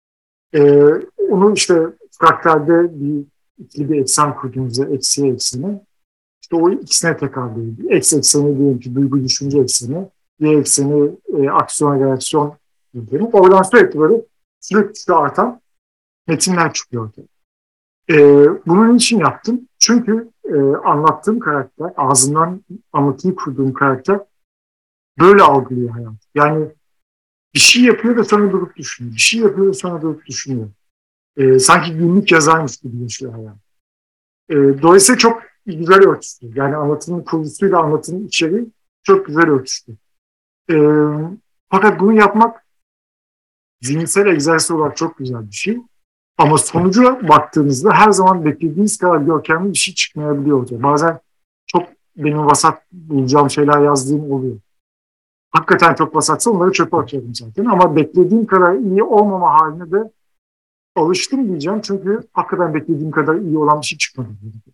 Ee, onu işte fraktalde bir ikili bir eksen kurduğumuzda eksiye ekseni, işte o ikisine tekabül ediyor. X ekseni diyelim ki duygu düşünce ekseni, Y ekseni e, aksiyon reaksiyon diyelim. Oradan sürekli böyle sürekli artan metinler çıkıyor ortaya. E, bunun için yaptım. Çünkü e, anlattığım karakter, ağzından anlatıyı kurduğum karakter böyle algılıyor hayat. Yani bir şey yapıyor da sonra durup düşünüyor. Bir şey yapıyor da sonra durup düşünüyor. E, sanki günlük yazarmış gibi yaşıyor hayat. E, dolayısıyla çok güzel örtüştü. Yani anlatının kurgusuyla anlatının içeriği çok güzel örtüştü. E, fakat bunu yapmak zihinsel egzersiz olarak çok güzel bir şey. Ama sonuca baktığınızda her zaman beklediğiniz kadar görkemli bir şey çıkmayabiliyor ortaya. Bazen çok benim vasat bulacağım şeyler yazdığım oluyor. Hakikaten çok vasatsa onları çöpe atıyorum zaten. Ama beklediğim kadar iyi olmama haline de alıştım diyeceğim. Çünkü hakikaten beklediğim kadar iyi olan bir şey çıkmadı.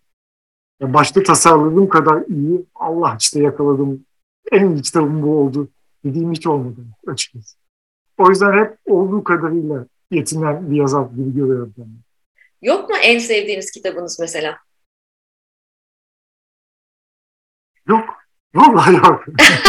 Yani başta tasarladığım kadar iyi, Allah işte yakaladım, en iyi kitabım bu oldu dediğim hiç olmadı açıkçası. O yüzden hep olduğu kadarıyla yetinen bir yazar gibi görüyorum kendimi. Yok mu en sevdiğiniz kitabınız mesela? Yok. Vallahi yok.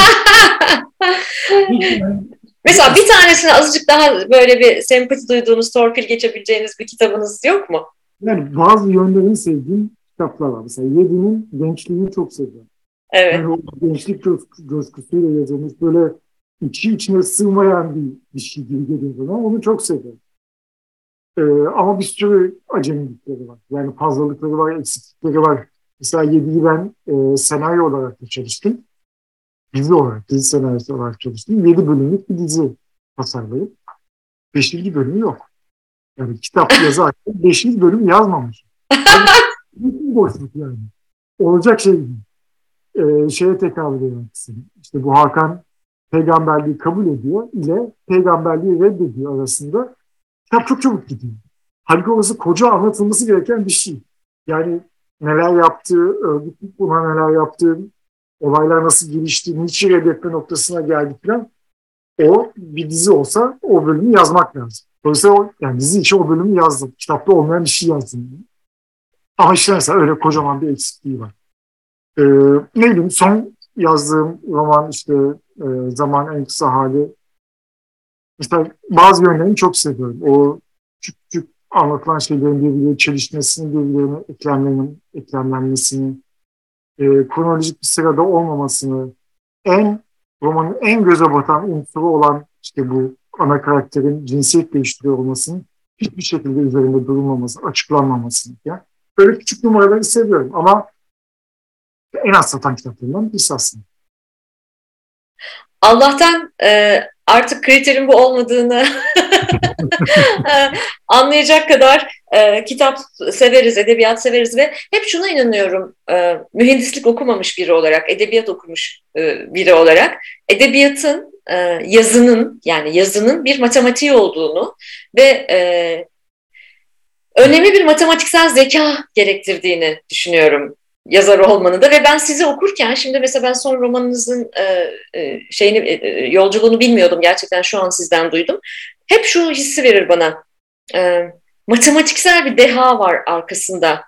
Mesela bir tanesine azıcık daha böyle bir sempati duyduğunuz, torpil geçebileceğiniz bir kitabınız yok mu? Yani bazı yönlerini sevdiğim kitaplar var. Mesela Yedi'nin gençliğini çok seviyorum. Evet. Yani o gençlik coşkusuyla yazılmış böyle içi içine sığmayan bir, bir şey gibi geliyor bana. Onu çok seviyorum. Ee, ama bir sürü acemilikleri var. Yani fazlalıkları var, eksiklikleri var. Mesela Yedi'yi ben e, senaryo olarak da çalıştım. dizi olarak, dizi senaryosu olarak çalıştım. Yedi bölümlük bir dizi tasarlayıp beşinci bölümü yok. Yani kitap yazarken beşinci bölüm yazmamış. Yani boşluk yani. Olacak şey değil. Ee, şeye tekabül ediyor. İşte bu Hakan peygamberliği kabul ediyor ile peygamberliği reddediyor arasında. Kitap çok çabuk gidiyor. Halbuki orası koca anlatılması gereken bir şey. Yani neler yaptığı, örgütlük buna neler yaptığı, olaylar nasıl gelişti, niçin reddetme noktasına geldi falan. O bir dizi olsa o bölümü yazmak lazım. Dolayısıyla o, yani dizi için o bölümü yazdım. Kitapta olmayan bir şey yazdım. Ama işte mesela öyle kocaman bir eksikliği var. Ee, ne bileyim son yazdığım roman işte e, Zaman En Kısa Hali. Mesela bazı yönlerini çok seviyorum. O küçük küçük anlatılan şeylerin birbirine çelişmesini, birbirine eklemlerinin eklemlenmesini, e, kronolojik bir sırada olmamasını, en romanın en göze batan unsuru olan işte bu ana karakterin cinsiyet değiştiriyor olmasının hiçbir şekilde üzerinde durulmaması, açıklanmamasını. Yani böyle küçük numaraları seviyorum ama en az satan kitaplarından birisi aslında. Allah'tan e, artık kriterin bu olmadığını anlayacak kadar e, kitap severiz, edebiyat severiz ve hep şuna inanıyorum, e, mühendislik okumamış biri olarak, edebiyat okumuş e, biri olarak, edebiyatın, e, yazının, yani yazının bir matematiği olduğunu ve e, önemli bir matematiksel zeka gerektirdiğini düşünüyorum yazar olmanın da. Ve ben sizi okurken, şimdi mesela ben son romanınızın e, e, şeyini e, yolculuğunu bilmiyordum, gerçekten şu an sizden duydum. Hep şu hissi verir bana, e, matematiksel bir deha var arkasında,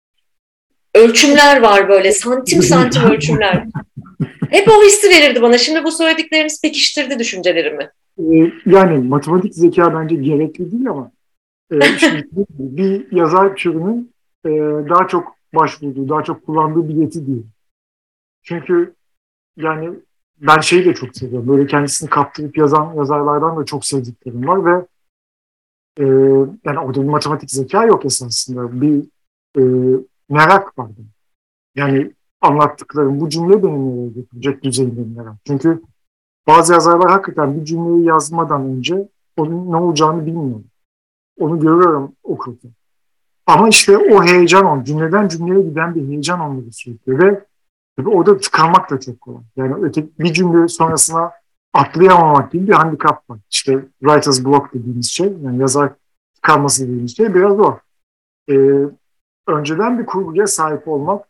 ölçümler var, böyle santim santim ölçümler. Hep o hissi verirdi bana. Şimdi bu söyledikleriniz pekiştirdi düşüncelerimi. Ee, yani matematik zeka bence gerekli değil ama e, şimdi bir yazar türünün e, daha çok başvurduğu, daha çok kullandığı bir yeti değil. Çünkü yani ben şeyi de çok seviyorum. Böyle kendisini kaptırıp yazan yazarlardan da çok sevdiklerim var ve e, yani orada bir matematik zeka yok esasında. Bir e, merak var. Yani anlattıklarım bu cümle beni nereye götürecek düzeyinde merak. Çünkü bazı yazarlar hakikaten bir cümleyi yazmadan önce onun ne olacağını bilmiyor. Onu görüyorum okurken. Ama işte o heyecan on, cümleden cümleye giden bir heyecan onları sürüklüyor ve tabii orada tıkanmak da çok kolay. Yani öteki bir cümle sonrasına atlayamamak gibi bir handikap var. İşte writer's block dediğimiz şey, yani yazar tıkanması dediğimiz şey biraz o. Ee, önceden bir kurguya sahip olmak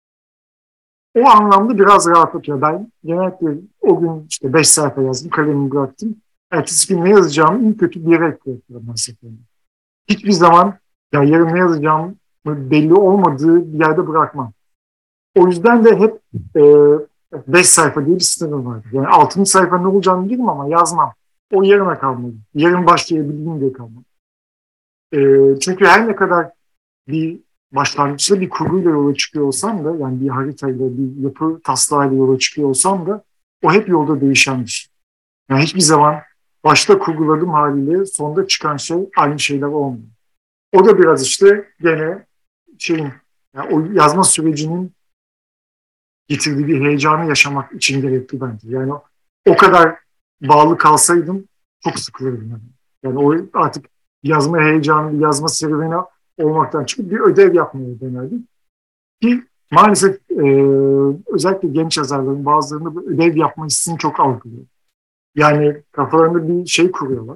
o anlamda biraz rahatlatıyor. Ben genellikle o gün işte beş sayfa yazdım, kalemimi bıraktım. Ertesi gün ne yazacağımı en kötü bir yere ekliyorum her seferinde. Hiçbir zaman ya yarın ne yazacağım belli olmadığı bir yerde bırakmam. O yüzden de hep e, beş sayfa diye bir sınırım vardı. Yani altıncı sayfa ne olacağını bilirim ama yazmam. O yarına kalmalı. Yarın başlayabildiğim diye kalmalı. E, çünkü her ne kadar bir başlangıçta bir kurguyla yola çıkıyor olsam da, yani bir haritayla, bir yapı taslağıyla yola çıkıyor olsam da o hep yolda değişen bir şey. Yani hiçbir zaman başta kurguladığım haliyle sonda çıkan şey aynı şeyler olmuyor. O da biraz işte gene şeyin, yani o yazma sürecinin getirdiği bir heyecanı yaşamak için gerekli bence. Yani o, o kadar bağlı kalsaydım çok sıkılırdım. Yani. Yani o artık yazma heyecanı, yazma serüveni olmaktan çıkıp bir ödev yapmayı denerdim. Ki maalesef e, özellikle genç yazarların bazılarında bu ödev yapma hissini çok algılıyor. Yani kafalarında bir şey kuruyorlar.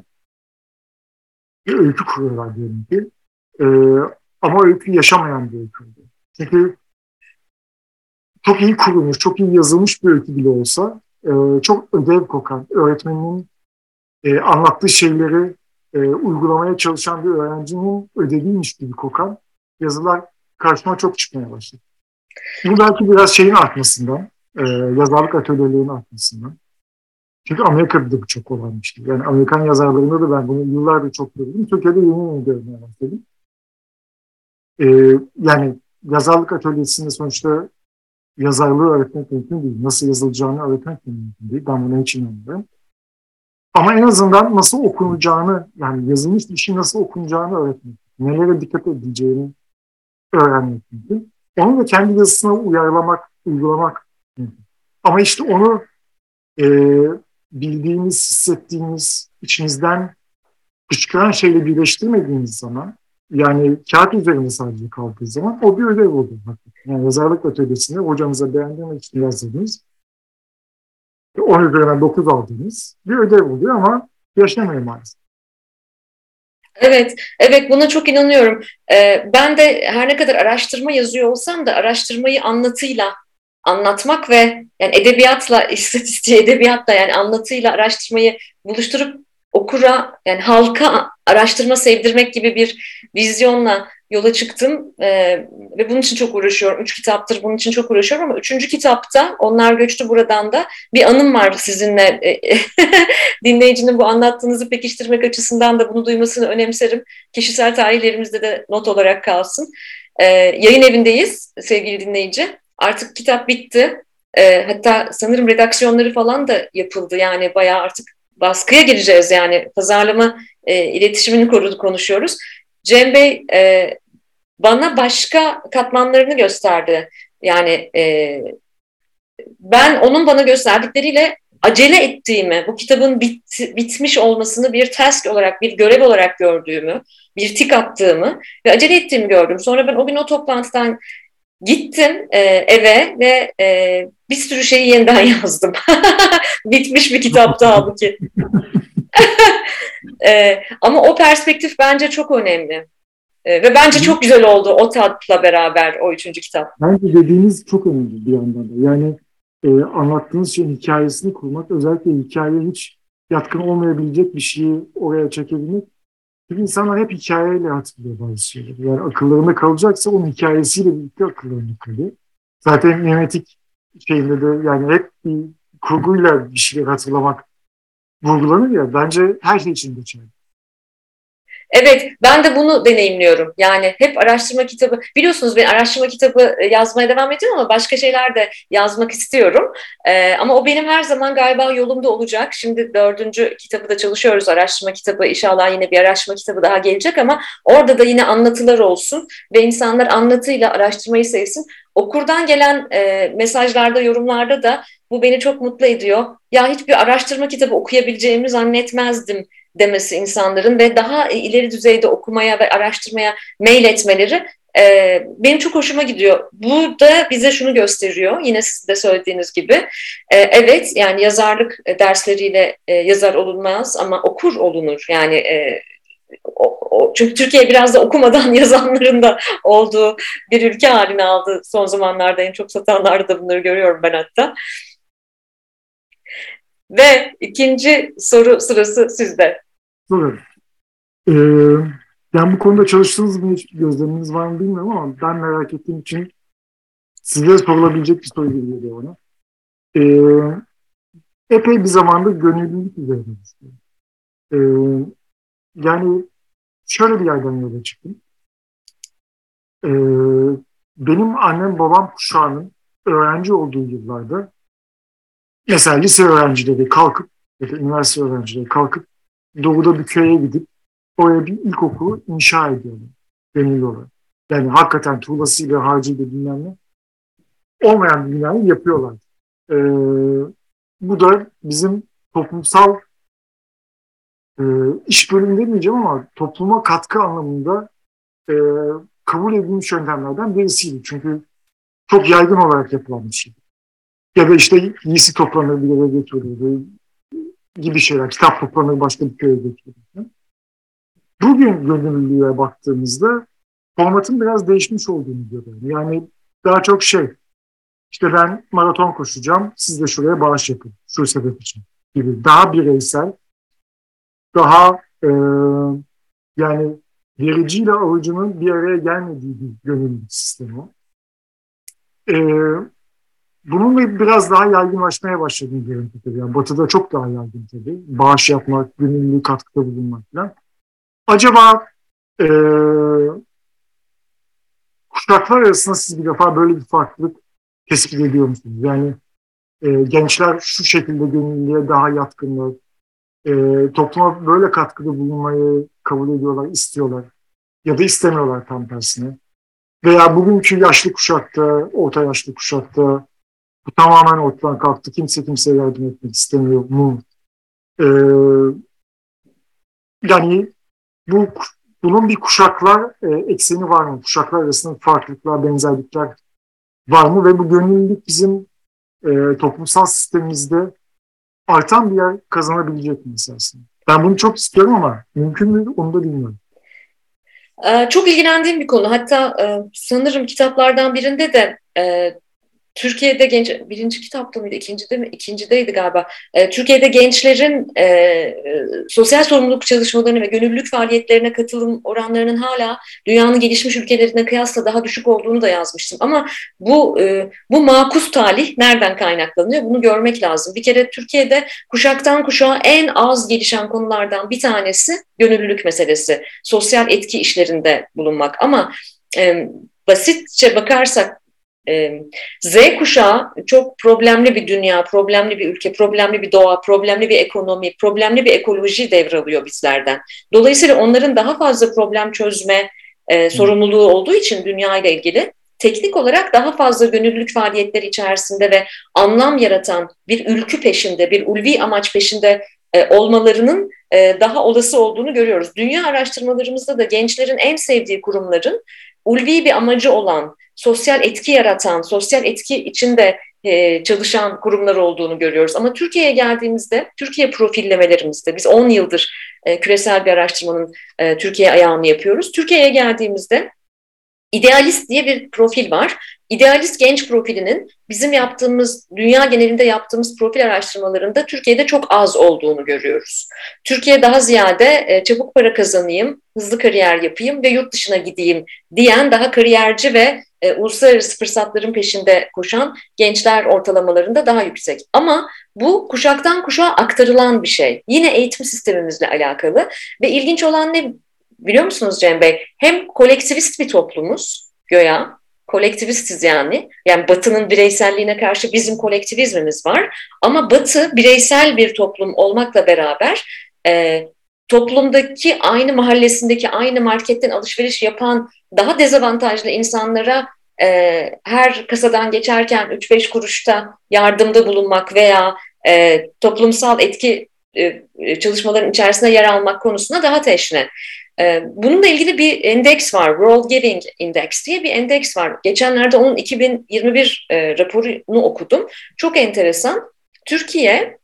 Bir öykü kuruyorlar diyelim ki. E, ama öykü yaşamayan bir öykü. Çünkü çok iyi kurulmuş, çok iyi yazılmış bir öykü bile olsa e, çok ödev kokan, öğretmenin e, anlattığı şeyleri e, uygulamaya çalışan bir öğrencinin ödeviymiş gibi kokan yazılar karşıma çok çıkmaya başladı. Bu belki biraz şeyin artmasından, e, yazarlık atölyelerinin artmasından. Çünkü Amerika'da da bu çok olan bir şey. Yani Amerikan yazarlarında da ben bunu yıllardır çok gördüm. Türkiye'de yeni yeni görmeye başladım. E, yani yazarlık atölyesinde sonuçta yazarlığı öğretmek mümkün değil. Nasıl yazılacağını öğretmek mümkün değil. Ben buna hiç inanmıyorum. Ama en azından nasıl okunacağını, yani yazılmış bir şey nasıl okunacağını öğretmek, nelere dikkat edileceğini öğrenmek mümkün. Onu da kendi yazısına uyarlamak, uygulamak mümkün. Ama işte onu e, bildiğiniz, hissettiğiniz, içinizden fışkıran şeyle birleştirmediğiniz zaman, yani kağıt üzerinde sadece kaldığı zaman o bir ödev oldu. Yani yazarlık atölyesinde hocanıza beğendirmek için yazdığınız, on üzerinden dokuz aldığınız bir ödev oluyor ama yaşamıyor maalesef. Evet, evet buna çok inanıyorum. Ee, ben de her ne kadar araştırma yazıyor olsam da araştırmayı anlatıyla anlatmak ve yani edebiyatla, istatistiği edebiyatla yani anlatıyla araştırmayı buluşturup okura yani halka araştırma sevdirmek gibi bir vizyonla yola çıktım. Ee, ve bunun için çok uğraşıyorum. Üç kitaptır bunun için çok uğraşıyorum ama üçüncü kitapta Onlar Göçtü Buradan da bir anım var sizinle. Dinleyicinin bu anlattığınızı pekiştirmek açısından da bunu duymasını önemserim. Kişisel tarihlerimizde de not olarak kalsın. Ee, yayın evindeyiz sevgili dinleyici. Artık kitap bitti. Ee, hatta sanırım redaksiyonları falan da yapıldı. Yani bayağı artık baskıya gireceğiz yani. Pazarlama e, iletişimini korudu, konuşuyoruz. Cem Bey e, bana başka katmanlarını gösterdi. Yani e, ben onun bana gösterdikleriyle acele ettiğimi, bu kitabın bit, bitmiş olmasını bir task olarak, bir görev olarak gördüğümü, bir tik attığımı ve acele ettiğimi gördüm. Sonra ben o gün o toplantıdan gittim e, eve ve e, bir sürü şeyi yeniden yazdım. Bitmiş bir kitaptı halbuki. e, ama o perspektif bence çok önemli. E, ve bence çok güzel oldu o tatla beraber o üçüncü kitap. Bence dediğiniz çok önemli bir yandan da. Yani e, anlattığınız şeyin hikayesini kurmak, özellikle hikayeye hiç yatkın olmayabilecek bir şeyi oraya çekebilmek. Çünkü insanlar hep hikayeyle hatırlıyor bazı şeyleri. Yani akıllarında kalacaksa onun hikayesiyle birlikte akıllarında kalıyor. Zaten mimetik şeyinde de yani hep bir kurguyla bir şeyleri hatırlamak vurgulanır ya. Bence her şey için geçerli. Evet, ben de bunu deneyimliyorum. Yani hep araştırma kitabı, biliyorsunuz ben araştırma kitabı yazmaya devam ediyorum ama başka şeyler de yazmak istiyorum. Ee, ama o benim her zaman galiba yolumda olacak. Şimdi dördüncü kitabı da çalışıyoruz, araştırma kitabı. İnşallah yine bir araştırma kitabı daha gelecek ama orada da yine anlatılar olsun ve insanlar anlatıyla araştırmayı sevsin. Okurdan gelen e, mesajlarda, yorumlarda da bu beni çok mutlu ediyor. Ya hiçbir araştırma kitabı okuyabileceğimi zannetmezdim demesi insanların ve daha ileri düzeyde okumaya ve araştırmaya meyletmeleri e, benim çok hoşuma gidiyor. Bu da bize şunu gösteriyor, yine sizin de söylediğiniz gibi. E, evet, yani yazarlık dersleriyle e, yazar olunmaz ama okur olunur. Yani e, o, o, çünkü Türkiye biraz da okumadan yazanların da olduğu bir ülke haline aldı son zamanlarda. En çok satanlarda da bunları görüyorum ben hatta. Ve ikinci soru sırası sizde. Soruyorum. Ee, yani bu konuda çalıştınız mı, hiçbir gözleminiz var mı bilmiyorum ama ben merak ettiğim için size sorulabilecek bir soru geliyor bana. Ee, epey bir zamandır gönüllülük üzerine düşünüyorum. Ee, yani şöyle bir yerden yola çıktım. Ee, benim annem babam kuşağının öğrenci olduğu yıllarda mesela lise öğrencileri kalkıp ya da üniversite öğrencileri kalkıp doğuda bir köye gidip oraya bir ilkokulu inşa ediyorlar gönüllü olarak. Yani hakikaten tuğlasıyla, harcıyla bilmem ne olmayan bir binayı yapıyorlar. Ee, bu da bizim toplumsal e, iş bölümü demeyeceğim ama topluma katkı anlamında e, kabul edilmiş yöntemlerden birisiydi. Çünkü çok yaygın olarak yapılan bir şey. Ya da işte giysi toplanır bir yere götürülür gibi şeyler. Kitap toplanır başka bir köye götürülür. Bugün gönüllülüğe baktığımızda formatın biraz değişmiş olduğunu görüyorum. Yani daha çok şey, işte ben maraton koşacağım, siz de şuraya bağış yapın, şu sebep için gibi. Daha bireysel, daha e, yani vericiyle alıcının bir araya gelmediği bir gönüllülük sistemi o. E, bunun biraz daha yaygınlaşmaya başladığını görüyorum tabii. Yani Batı'da çok daha yaygın tabii. Bağış yapmak, gönüllülük katkıda bulunmak falan. Acaba e, kuşaklar arasında siz bir defa böyle bir farklılık tespit ediyor musunuz? Yani e, gençler şu şekilde gönüllülüğe daha yatkınlar, e, topluma böyle katkıda bulunmayı kabul ediyorlar, istiyorlar ya da istemiyorlar tam tersine. Veya bugünkü yaşlı kuşakta, orta yaşlı kuşakta Bu tamamen ortadan kalktı. Kimse kimseye yardım etmek istemiyor mu? Ee, yani bu bunun bir kuşaklar e, ekseni var mı? Kuşaklar arasında farklılıklar, benzerlikler var mı? Ve bu gönüllülük bizim e, toplumsal sistemimizde artan bir yer kazanabilecek mi esasında? Ben bunu çok istiyorum ama mümkün mü onu da bilmiyorum. Ee, çok ilgilendiğim bir konu. Hatta e, sanırım kitaplardan birinde de e, Türkiye'de genç, birinci kitapta mıydı, ikincide mi? İkincideydi galiba. E, Türkiye'de gençlerin e, e, sosyal sorumluluk çalışmalarına ve gönüllülük faaliyetlerine katılım oranlarının hala dünyanın gelişmiş ülkelerine kıyasla daha düşük olduğunu da yazmıştım. Ama bu e, bu makus talih nereden kaynaklanıyor? Bunu görmek lazım. Bir kere Türkiye'de kuşaktan kuşağa en az gelişen konulardan bir tanesi gönüllülük meselesi. Sosyal etki işlerinde bulunmak. Ama e, basitçe bakarsak Z kuşağı çok problemli bir dünya, problemli bir ülke, problemli bir doğa, problemli bir ekonomi, problemli bir ekoloji devralıyor bizlerden. Dolayısıyla onların daha fazla problem çözme e, sorumluluğu olduğu için dünya ile ilgili teknik olarak daha fazla gönüllülük faaliyetleri içerisinde ve anlam yaratan bir ülkü peşinde, bir ulvi amaç peşinde e, olmalarının e, daha olası olduğunu görüyoruz. Dünya araştırmalarımızda da gençlerin en sevdiği kurumların ulvi bir amacı olan, sosyal etki yaratan, sosyal etki içinde e, çalışan kurumlar olduğunu görüyoruz. Ama Türkiye'ye geldiğimizde, Türkiye profillemelerimizde, biz on yıldır e, küresel bir araştırmanın e, Türkiye ayağını yapıyoruz. Türkiye'ye geldiğimizde idealist diye bir profil var. İdealist genç profilinin bizim yaptığımız, dünya genelinde yaptığımız profil araştırmalarında Türkiye'de çok az olduğunu görüyoruz. Türkiye daha ziyade e, çabuk para kazanayım, hızlı kariyer yapayım ve yurt dışına gideyim diyen daha kariyerci ve e, uluslararası fırsatların peşinde koşan gençler ortalamalarında daha yüksek. Ama bu kuşaktan kuşağa aktarılan bir şey. Yine eğitim sistemimizle alakalı ve ilginç olan ne biliyor musunuz Cem Bey? Hem kolektivist bir toplumuz göya, kolektivistiz yani. Yani Batı'nın bireyselliğine karşı bizim kolektivizmimiz var. Ama Batı bireysel bir toplum olmakla beraber e, toplumdaki aynı mahallesindeki aynı marketten alışveriş yapan daha dezavantajlı insanlara e, her kasadan geçerken üç beş kuruşta yardımda bulunmak veya e, toplumsal etki e, çalışmaların içerisinde yer almak konusunda daha teşne. Bununla ilgili bir endeks var. World Giving Index diye bir endeks var. Geçenlerde onun iki bin yirmi bir e, raporunu okudum. Çok enteresan. Türkiye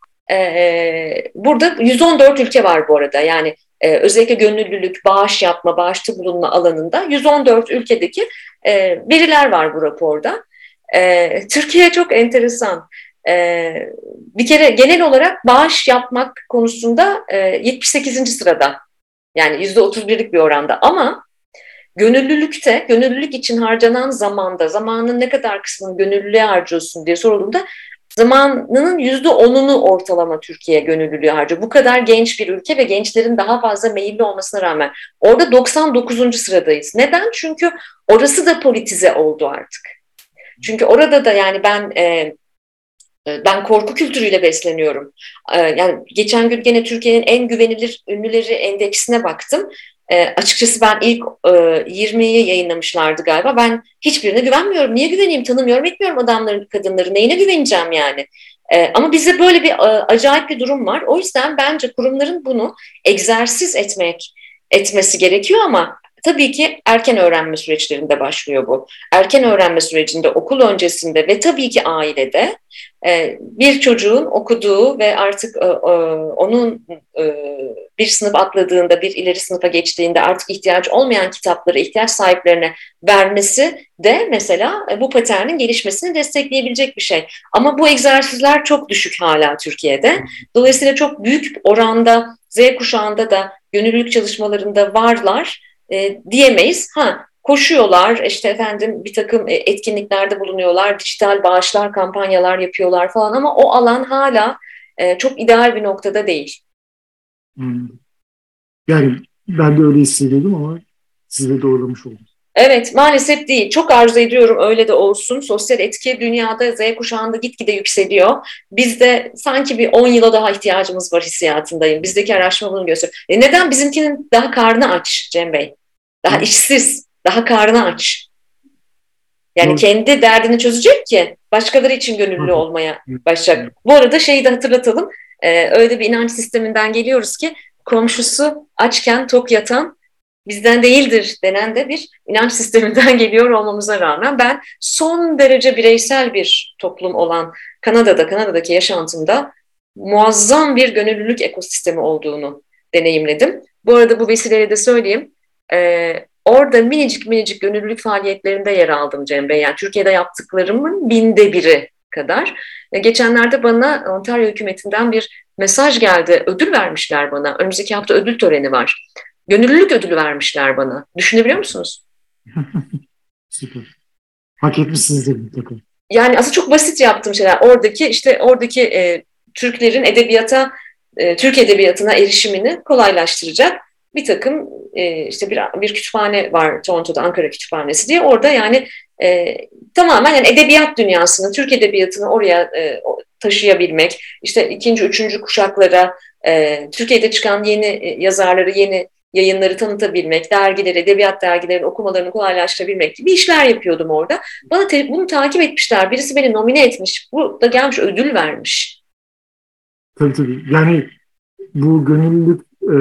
e, burada yüz on dört ülke var bu arada. Yani e, özellikle gönüllülük, bağış yapma, bağışta bulunma alanında yüz on dört ülkedeki e, veriler var bu raporda. E, Türkiye çok enteresan. E, bir kere genel olarak bağış yapmak konusunda e, yetmiş sekizinci sırada. Yani yüzde otuz birlik bir oranda ama gönüllülükte, gönüllülük için harcanan zamanda, zamanın ne kadar kısmını gönüllülüğe harcıyorsun diye sorulduğunda zamanının yüzde onunu ortalama Türkiye gönüllülüğe harcıyor. Bu kadar genç bir ülke ve gençlerin daha fazla meyilli olmasına rağmen orada doksan dokuzuncu sıradayız. Neden? Çünkü orası da politize oldu artık. Çünkü orada da yani ben... E, Ben korku kültürüyle besleniyorum. Yani geçen gün gene Türkiye'nin en güvenilir ünlüleri endeksine baktım. E, açıkçası ben ilk e, yirmiyi yayınlamışlardı galiba. Ben hiçbirine güvenmiyorum. Niye güveneyim? Tanımıyorum, etmiyorum adamların, kadınları. Neyine güveneceğim yani? E, ama bizde böyle bir e, acayip bir durum var. O yüzden bence kurumların bunu egzersiz etmek etmesi gerekiyor ama tabii ki erken öğrenme süreçlerinde başlıyor bu. Erken öğrenme sürecinde, okul öncesinde ve tabii ki ailede bir çocuğun okuduğu ve artık onun bir sınıf atladığında, bir ileri sınıfa geçtiğinde artık ihtiyaç olmayan kitapları ihtiyaç sahiplerine vermesi de mesela bu paternin gelişmesini destekleyebilecek bir şey. Ama bu egzersizler çok düşük hala Türkiye'de. Dolayısıyla çok büyük oranda Z kuşağında da gönüllülük çalışmalarında varlar e, diyemeyiz. Ha, koşuyorlar, işte efendim bir takım etkinliklerde bulunuyorlar, dijital bağışlar, kampanyalar yapıyorlar falan ama o alan hala e, çok ideal bir noktada değil. Hmm. Yani ben de öyle hissediyordum ama siz de doğrulamış oldunuz. Evet, maalesef değil. Çok arzu ediyorum öyle de olsun. Sosyal etki dünyada Z kuşağında gitgide yükseliyor. Bizde sanki bir on yıla daha ihtiyacımız var hissiyatındayım. Bizdeki araştırma bunu gösteriyor. E neden? Bizimkinin daha karnı aç Cem Bey. Daha Hı. işsiz, daha karnı aç. Yani Doğru. kendi derdini çözecek ki başkaları için gönüllü olmaya başlayacak. Bu arada şeyi de hatırlatalım. Ee, öyle bir inanç sisteminden geliyoruz ki komşusu açken tok yatan bizden değildir denen de bir inanç sisteminden geliyor olmamıza rağmen ben son derece bireysel bir toplum olan Kanada'da, Kanada'daki yaşantımda muazzam bir gönüllülük ekosistemi olduğunu deneyimledim. Bu arada bu vesileyle de söyleyeyim. Ee, orada minicik minicik gönüllülük faaliyetlerinde yer aldım Cem Bey. Yani Türkiye'de yaptıklarımın binde biri kadar. Ee, geçenlerde bana Ontario hükümetinden bir mesaj geldi. Ödül vermişler bana. Önümüzdeki hafta ödül töreni var. Gönüllülük ödülü vermişler bana. Düşünebiliyor musunuz? Süper. Hak etmişsinizdir mutlaka. Yani aslında çok basit yaptığım şeyler. Oradaki işte oradaki e, Türklerin edebiyata, e, Türk edebiyatına erişimini kolaylaştıracak bir takım e, işte bir, bir kütüphane var Toronto'da, Ankara Kütüphanesi diye. Orada yani e, tamamen yani edebiyat dünyasını, Türk edebiyatını oraya e, taşıyabilmek, işte ikinci, üçüncü kuşaklara e, Türkiye'de çıkan yeni e, yazarları, yeni yayınları tanıtabilmek, dergileri, edebiyat dergilerinin okumalarını kolaylaştırabilmek gibi işler yapıyordum orada. Bana te- bunu takip etmişler. Birisi beni nomine etmiş. Bu da gelmiş ödül vermiş. Tabii tabii. Yani bu gönüllülük e,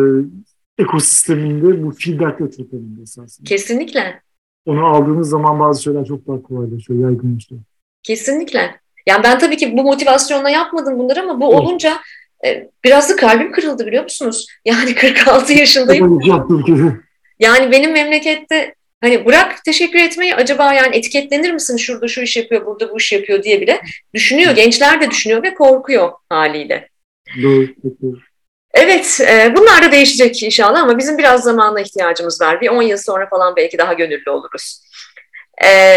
ekosisteminde bu feedback'le çok önemli esasında. Kesinlikle. Onu aldığınız zaman bazı şeyler çok daha kolaylaşıyor, yaygınlaşıyor. Kesinlikle. Yani ben tabii ki bu motivasyonla yapmadım bunları ama bu Evet. olunca e, biraz da kalbim kırıldı biliyor musunuz? Yani kırk altı yaşındayım. Yani benim memlekette hani bırak teşekkür etmeyi acaba yani etiketlenir misin şurada şu iş yapıyor, burada bu iş yapıyor diye bile düşünüyor. Gençler de düşünüyor ve korkuyor haliyle. Doğru, doğru. Evet, e, bunlar da değişecek inşallah ama bizim biraz zamana ihtiyacımız var. Bir on yıl sonra falan belki daha gönüllü oluruz. E,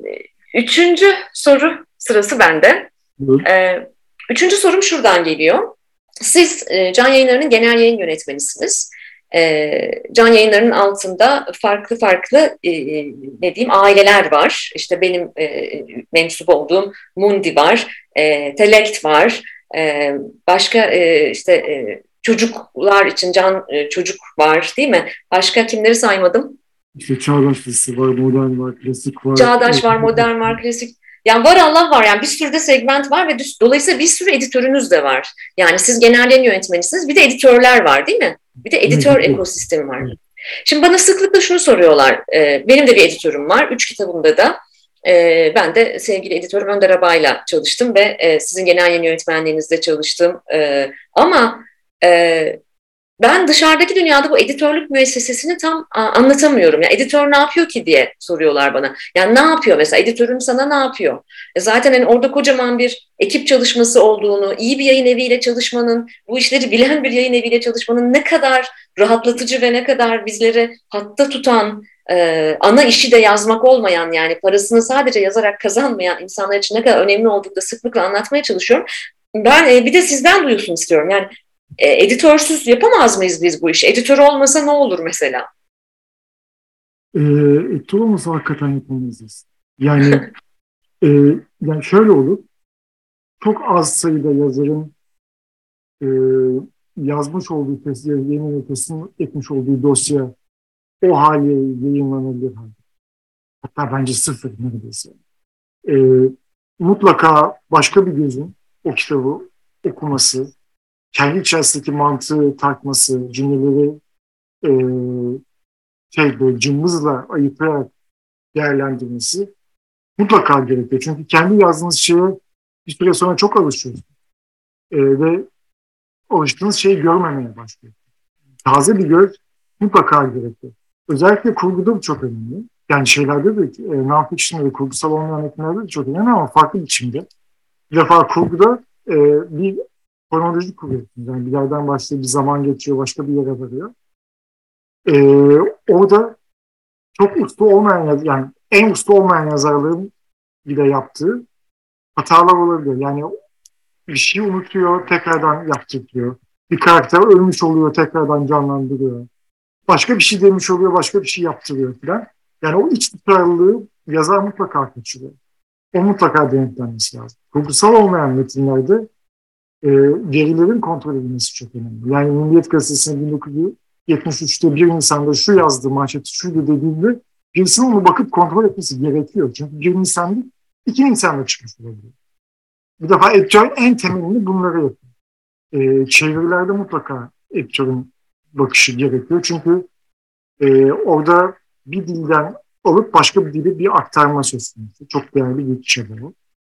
üçüncü soru sırası bende. E, üçüncü sorum şuradan geliyor. Siz e, Can Yayınları'nın genel yayın yönetmenisiniz. E, Can Yayınları'nın altında farklı farklı e, ne diyeyim aileler var. İşte benim e, mensup olduğum Mundi var, e, Telekt var, e, başka e, işte e, çocuklar için Can e, Çocuk var değil mi? Başka kimleri saymadım? İşte Çağdaş Lisesi var, Modern var, Klasik var. Çağdaş var, Modern var, Klasik. Yani var Allah var yani bir sürü de segment var ve dolayısıyla bir sürü editörünüz de var. Yani siz genel yayın yönetmenisiniz bir de editörler var değil mi? Bir de editör ekosistemi var. Şimdi bana sıklıkla şunu soruyorlar. Benim de bir editörüm var. Üç kitabımda da. Ben de sevgili editörüm Önder Abay'la çalıştım ve sizin genel yayın yönetmenliğinizde çalıştım. Ama ben dışarıdaki dünyada bu editörlük müessesesini tam anlatamıyorum. Yani editör ne yapıyor ki diye soruyorlar bana. Yani ne yapıyor mesela editörün sana ne yapıyor? E zaten hani orada kocaman bir ekip çalışması olduğunu, iyi bir yayın eviyle çalışmanın, bu işleri bilen bir yayın eviyle çalışmanın ne kadar rahatlatıcı ve ne kadar bizleri hatta tutan, e, ana işi de yazmak olmayan yani parasını sadece yazarak kazanmayan insanlar için ne kadar önemli olduğunu da sıklıkla anlatmaya çalışıyorum. Ben e, bir de sizden duyulsun istiyorum. Yani E, editörsüz yapamaz mıyız biz bu işi? Editör olmasa ne olur mesela? E, editör olmasa hakikaten yapamayız. Yani, e, yani şöyle olur. Çok az sayıda yazarın e, yazmış olduğu test, yayın teslim etmiş olduğu dosya o haliyle yayınlanabilir. Hatta bence sıfır neredeyse. E, mutlaka başka bir gözün o kitabı okuması, kendi içerisindeki mantığı tartması, cümleleri e, şey böyle cımbızla ayıklayarak değerlendirmesi mutlaka gerekiyor. Çünkü kendi yazdığınız şeye bir süre sonra çok alışıyorsunuz. E, ve alıştığınız şeyi görmemeye başlıyor. Taze bir göz mutlaka gerekiyor. Özellikle kurguda bu çok önemli. Yani şeylerde de, e, non-fiction'da ve kurgusal olmayan metinlerde de çok önemli ama farklı biçimde. Bir defa kurguda e, bir kronolojik kuruyorsunuz. Yani bir yerden başlıyor, bir zaman geçiyor, başka bir yere varıyor. E, orada çok usta olmayan, yani en usta olmayan yazarların bile yaptığı hatalar olabiliyor. Yani bir şey unutuyor, tekrardan yaptırıyor. Bir karakter ölmüş oluyor, tekrardan canlandırıyor. Başka bir şey demiş oluyor, başka bir şey yaptırıyor falan. Yani o iç tutarlılığı yazar mutlaka kaçırıyor. O mutlaka denetlenmesi lazım. Kurgusal olmayan metinlerde e, verilerin kontrol edilmesi çok önemli. Yani Milliyet Gazetesi'ne bin dokuz yüz yetmiş üçte bir Nisan'da şu yazdı, manşeti şuydu dediğinde Birisinin onu bakıp kontrol etmesi gerekiyor. Çünkü bir insan değil, iki insanla çıkmış olabilir. Bir defa editör en temelini bunları yapıyor. E, çevirilerde mutlaka editörün bakışı gerekiyor. Çünkü e, orada bir dilden alıp başka bir dili bir aktarma söz konusu. Çok değerli bir çaba bu.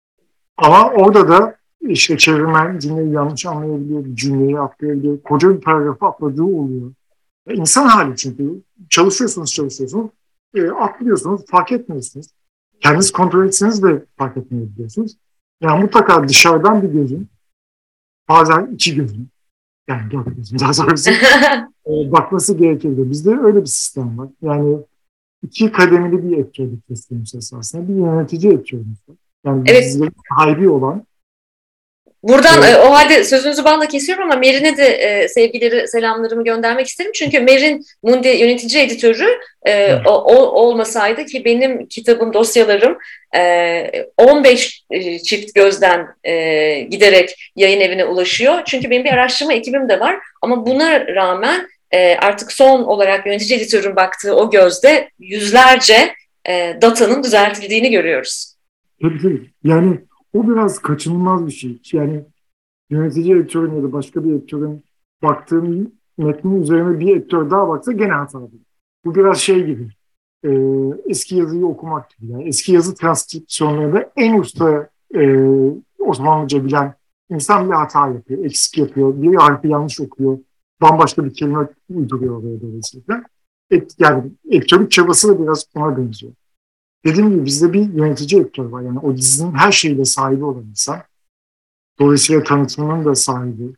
Ama orada da işte çevirmen cümleyi yanlış anlayabiliyor, bir cümleyi atlayabiliyor, koca bir paragrafı atladığı oluyor. E, İnsan hali çünkü. Çalışıyorsunuz, çalışıyorsunuz, e, atlıyorsunuz, fark etmiyorsunuz. Kendiniz kontrol etseniz de fark etmeyebiliyorsunuz. Yani mutlaka dışarıdan bir gözün, bazen iki gözün, yani dört gözün daha sonrası e, bakması gerekirdi. Bizde öyle bir sistem var. Yani iki kademeli bir etkilik söz esasında. Bir yönetici etkiyoruz. Yani Evet. dizilerin sahibi olan. Buradan E, e, o halde sözünüzü balla kesiyorum ama Merin'e de e, sevgileri, selamlarımı göndermek isterim. Çünkü Merin Mundi yönetici editörü e, o, o olmasaydı ki benim kitabım, dosyalarım e, on beş çift gözden e, giderek yayın evine ulaşıyor. Çünkü benim bir araştırma ekibim de var ama buna rağmen e, artık son olarak yönetici editörün baktığı o gözde yüzlerce e, datanın düzeltildiğini görüyoruz. tabii tabii. Yani o biraz kaçınılmaz bir şey. Yani yönetici editörün ya da başka bir editörün baktığım metnin üzerine bir editör daha baksa gene hatalı. Bu biraz şey gibi. E, eski yazıyı okumak gibi. Yani eski yazı transkripsiyonlarında en usta e, Osmanlıca bilen insan bir hata yapıyor, eksik yapıyor, bir harfi yanlış okuyor, bambaşka bir kelime uyduruyor oraya dolayısıyla. Et, yani editörlük çabası da biraz ona benziyor. Dediğim gibi bizde bir yönetici editör var. Yani o dizinin her şeyle sahibi olan insan. Dolayısıyla tanıtımının da sahibi,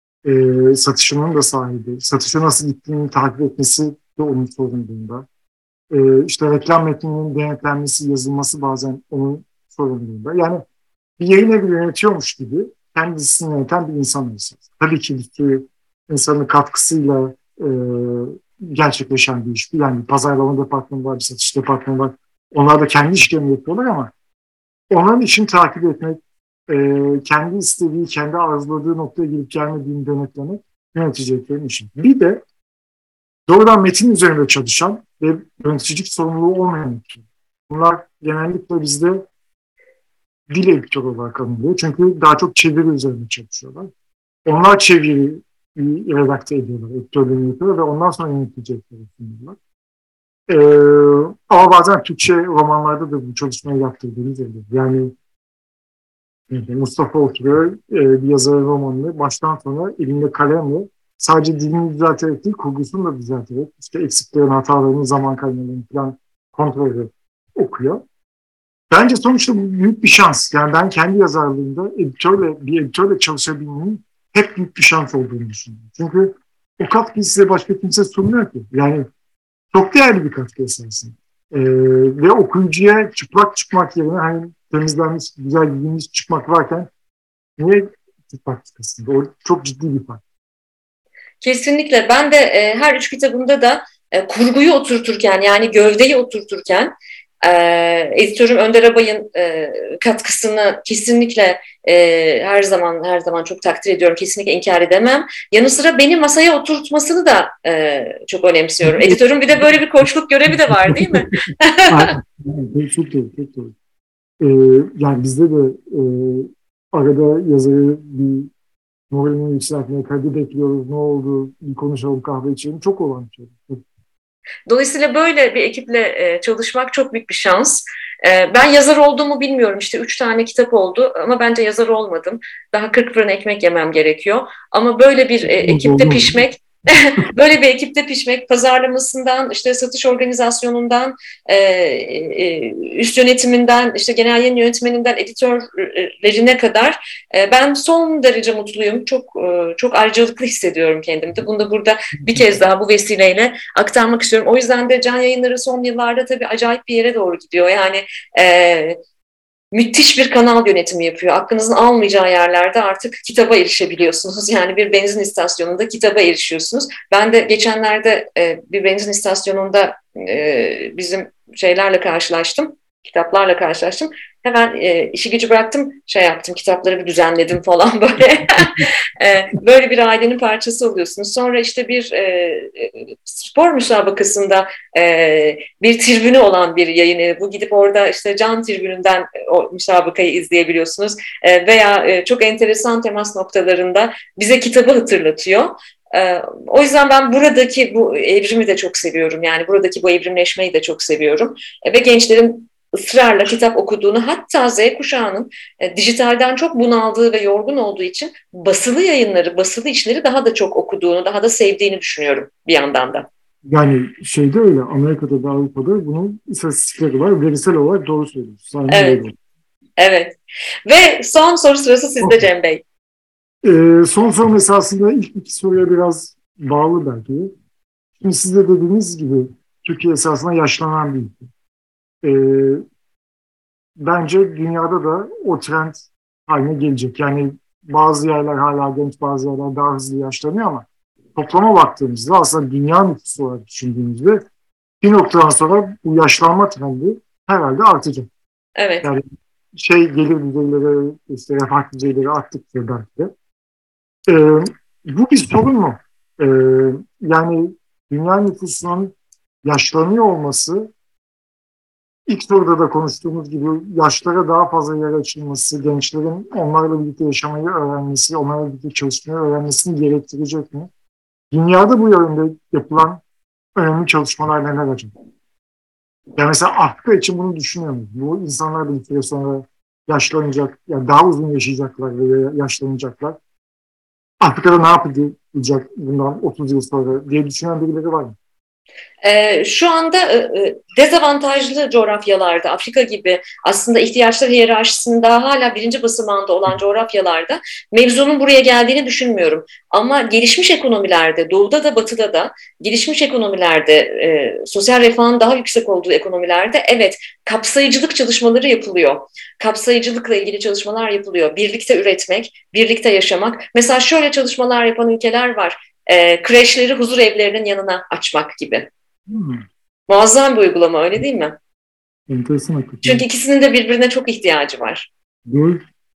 e, satışının da sahibi, satışı nasıl gittiğini takip etmesi de onun sorumluluğunda. E, işte reklam metninin denetlenmesi, yazılması bazen onun sorumluluğunda. Yani bir yayın evi yönetiyormuş gibi kendi dizisini yöneten bir insan olsa. Tabii ki bir sürü insanın katkısıyla e, gerçekleşen bir iş. Yani bir pazarlama departmanı var, bir satış departmanı var. Onlar da kendi işlerini yapıyorlar ama onların işini takip etmek, e, kendi istediği, kendi arzuladığı noktaya gelip gelmediğini denetlemek yöneticilerin işi. Bir de doğrudan metin üzerinde çalışan ve yöneticilik sorumluluğu olmayan ekip. Bunlar genellikle bizde dil editörü olarak anılıyor. Çünkü daha çok çeviri üzerinde çalışıyorlar. Onlar çeviri redakte ediyorlar, editörlüğünü yapıyorlar ve ondan sonra yönetici editörü sunuyorlar. Ee, ama bazen Türkçe romanlarda da bu çalışmayı yaptırdığımız oluyor. Yani Mustafa oturuyor, e, bir yazarın romanını baştan sona elinde kalemle sadece dilini düzelterek değil, kurgusunu da düzelterek, işte eksiklerin, hatalarını, zaman kaybını falan kontrol ederek okuyor. Bence sonuçta bu büyük bir şans. Yani ben kendi yazarlığımda editörle, bir editörle çalışabilmenin hep büyük bir şans olduğunu düşünüyorum. Çünkü o katkıyı size başka kimse sunmuyor ki. Yani çok değerli bir katkı esasında. Ee, ve okuyucuya çıplak çıkmak yerine hani temizlenmiş, güzel giyinmiş çıkmak varken niye çıplak çıkasın? O çok ciddi bir fark. Kesinlikle. Ben de e, her üç kitabımda da e, kurguyu oturturken yani gövdeyi oturturken e, editörüm Önder Abay'ın e, katkısını kesinlikle e, her zaman her zaman çok takdir ediyorum. Kesinlikle inkar edemem. Yanı sıra beni masaya oturtmasını da e, çok önemsiyorum. Editörün bir de böyle bir koçluk görevi de var değil mi? Çok doğru, çok doğru. Ee, yani bizde de e, arada yazarı bir moralini yükseltmeye kadı bekliyoruz. Ne oldu? Bir konuşalım, kahve içelim. Çok olan bir şey. Dolayısıyla böyle bir ekiple e, çalışmak çok büyük bir şans. E, ben yazar olduğumu bilmiyorum. İşte üç tane kitap oldu ama bence yazar olmadım. Daha kırk fırın ekmek yemem gerekiyor. Ama böyle bir e, Olmaz, ekipte olmaz. pişmek, böyle bir ekipte pişmek, pazarlamasından, işte satış organizasyonundan, e, e, üst yönetiminden, işte genel yayın yönetmeninden, editörlerine kadar e, ben son derece mutluyum. Çok e, çok ayrıcalıklı hissediyorum kendimi. Bunu da burada bir kez daha bu vesileyle aktarmak istiyorum. O yüzden de Can Yayınları son yıllarda tabii acayip bir yere doğru gidiyor. Yani e, müthiş bir kanal yönetimi yapıyor. Aklınızın almayacağı yerlerde artık kitaba erişebiliyorsunuz. Yani bir benzin istasyonunda kitaba erişiyorsunuz. Ben de geçenlerde e, bir benzin istasyonunda e, bizim şeylerle karşılaştım. kitaplarla karşılaştım. Hemen e, işi gücü bıraktım, şey yaptım, kitapları bir düzenledim falan böyle. e, böyle bir ailenin parçası oluyorsunuz. Sonra işte bir e, e, spor müsabakasında e, bir tribünü olan bir yayın evi. Bu gidip orada işte can tribününden o müsabakayı izleyebiliyorsunuz. E, veya e, çok enteresan temas noktalarında bize kitabı hatırlatıyor. Ee, o yüzden ben buradaki bu evrimi de çok seviyorum. Yani buradaki bu evrimleşmeyi de çok seviyorum. E, ve gençlerin ısrarla kitap okuduğunu, hatta Z kuşağının e, dijitalden çok bunaldığı ve yorgun olduğu için basılı yayınları, basılı işleri daha da çok okuduğunu, daha da sevdiğini düşünüyorum bir yandan da. Yani şeyde öyle, Amerika'da da Avrupa'da bunun istatistikleri var. Verisel olarak doğru söylüyorsunuz. Aynen Evet, öyle. evet. Ve son soru sırası sizde Cem Bey. Ee, son sorum esasında ilk iki soruya biraz bağlı belki. Şimdi siz de dediğiniz gibi Türkiye esasında yaşlanan bir ülke. Ee, Bence dünyada da o trend haline gelecek. Yani bazı yerler hala genç, bazı yerler daha hızlı yaşlanıyor ama toplama baktığımızda aslında dünya nüfusu olarak düşündüğümüzde bir noktadan sonra bu yaşlanma trendi herhalde artacak. Evet. Yani şey gelir düzeyleri, işte refah düzeyleri arttıkça belki de. Ee, Bu bir sorun mu? Ee, Yani dünya nüfusunun yaşlanıyor olması, ilk soruda da konuştuğumuz gibi yaşlara daha fazla yer açılması, gençlerin onlarla birlikte yaşamayı öğrenmesi, onlarla birlikte çalışmayı öğrenmesini gerektirecek mi? Dünyada bu yönde yapılan önemli çalışmalar neler acaba? Yani mesela Afrika için bunu düşünüyor muyuz? Bu insanlar da bir süre sonra yaşlanacak, yani daha uzun yaşayacaklar ve yaşlanacaklar. Afrika'da ne yapacak bundan otuz yıl sonra diye düşünen birileri var mı? Ee, şu anda e, dezavantajlı coğrafyalarda, Afrika gibi aslında ihtiyaçlar hiyerarşisinde hala birinci basamağında olan coğrafyalarda mevzunun buraya geldiğini düşünmüyorum. Ama gelişmiş ekonomilerde, doğuda da batıda da, gelişmiş ekonomilerde, e, sosyal refahın daha yüksek olduğu ekonomilerde evet kapsayıcılık çalışmaları yapılıyor. Kapsayıcılıkla ilgili çalışmalar yapılıyor. Birlikte üretmek, birlikte yaşamak. Mesela şöyle çalışmalar yapan ülkeler var. E, kreşleri huzur evlerinin yanına açmak gibi. Hmm, Muazzam bir uygulama, öyle değil mi? enteresan Çünkü hakikaten. ikisinin de birbirine çok ihtiyacı var. Doğru.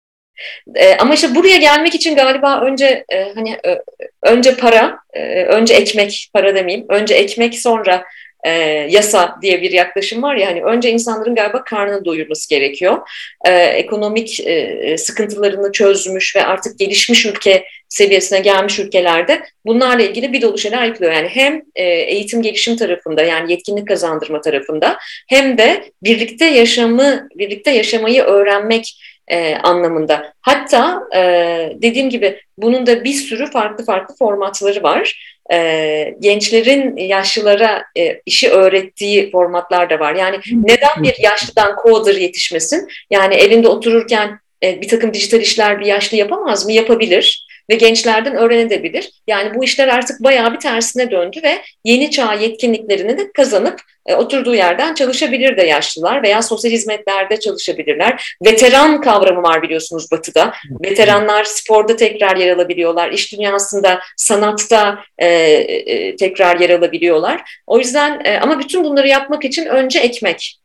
E, ama işte buraya gelmek için galiba önce e, hani e, önce para, e, önce ekmek, para demeyeyim, önce ekmek sonra e, yasa diye bir yaklaşım var ya, hani önce insanların galiba karnını doyurması gerekiyor. E, ekonomik e, sıkıntılarını çözmüş ve artık gelişmiş ülke seviyesine gelmiş ülkelerde bunlarla ilgili bir dolu şeyler yapılıyor. Yani hem e, eğitim gelişim tarafında, yani yetkinlik kazandırma tarafında, hem de birlikte yaşamı, birlikte yaşamayı öğrenmek e, anlamında. Hatta e, dediğim gibi bunun da bir sürü farklı farklı formatları var. E, gençlerin yaşlılara e, işi öğrettiği formatlar da var. Yani neden bir yaşlıdan coder yetişmesin? Yani evinde otururken e, bir takım dijital işler bir yaşlı yapamaz mı? Yapabilir ve gençlerden öğrenebilir. Yani bu işler artık bayağı bir tersine döndü ve yeni çağ yetkinliklerini de kazanıp e, oturduğu yerden çalışabilir de yaşlılar veya sosyal hizmetlerde çalışabilirler. Veteran kavramı var biliyorsunuz Batı'da. Veteranlar sporda tekrar yer alabiliyorlar. İş dünyasında, sanatta e, e, tekrar yer alabiliyorlar. O yüzden e, ama bütün bunları yapmak için önce ekmek.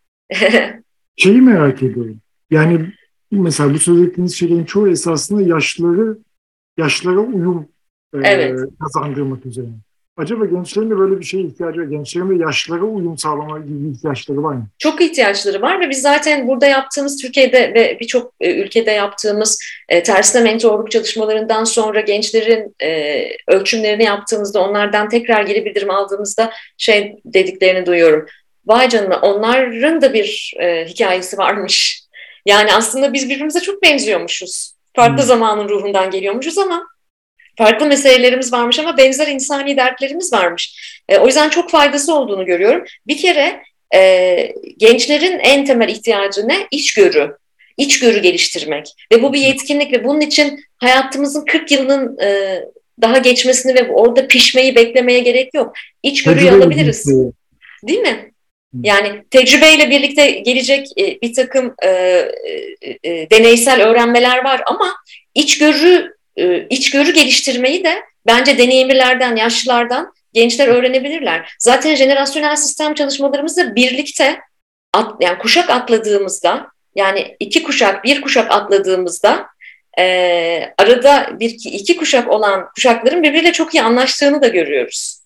Şeyi merak ediyorum. Yani mesela bu söylediğiniz şeylerin çoğu esasında yaşlıları, yaşlara uyum e, Evet. kazandırmak üzerine. Acaba gençlerin de böyle bir şeye ihtiyacı var. Gençlerin de yaşlara uyum sağlama gibi ihtiyaçları var mı? Çok ihtiyaçları var ve biz zaten burada yaptığımız, Türkiye'de ve birçok e, ülkede yaptığımız e, tersine mentorluk çalışmalarından sonra gençlerin e, ölçümlerini yaptığımızda, onlardan tekrar geri bildirim aldığımızda şey dediklerini duyuyorum. Vay canına, onların da bir e, hikayesi varmış. Yani aslında biz birbirimize çok benziyormuşuz. Farklı Hmm. zamanın ruhundan geliyormuşuz ama farklı meselelerimiz varmış ama benzer insani dertlerimiz varmış. E, o yüzden çok faydası olduğunu görüyorum. Bir kere e, gençlerin en temel ihtiyacı ne? İçgörü. İçgörü geliştirmek. Ve bu bir yetkinlik ve bunun için hayatımızın kırk yılının e, daha geçmesini ve orada pişmeyi beklemeye gerek yok. İçgörüyü Tecrübeyle alabiliriz. birlikte. Değil mi? Hmm. Yani tecrübeyle birlikte gelecek e, bir takım e, e, e, deneysel öğrenmeler var ama içgörü e, içgörü geliştirmeyi de bence deneyimlilerden, yaşlılardan gençler öğrenebilirler. Zaten jenerasyonel sistem çalışmalarımızda birlikte at, yani kuşak atladığımızda, yani iki kuşak, bir kuşak atladığımızda e, arada bir iki kuşak olan kuşakların birbiriyle çok iyi anlaştığını da görüyoruz.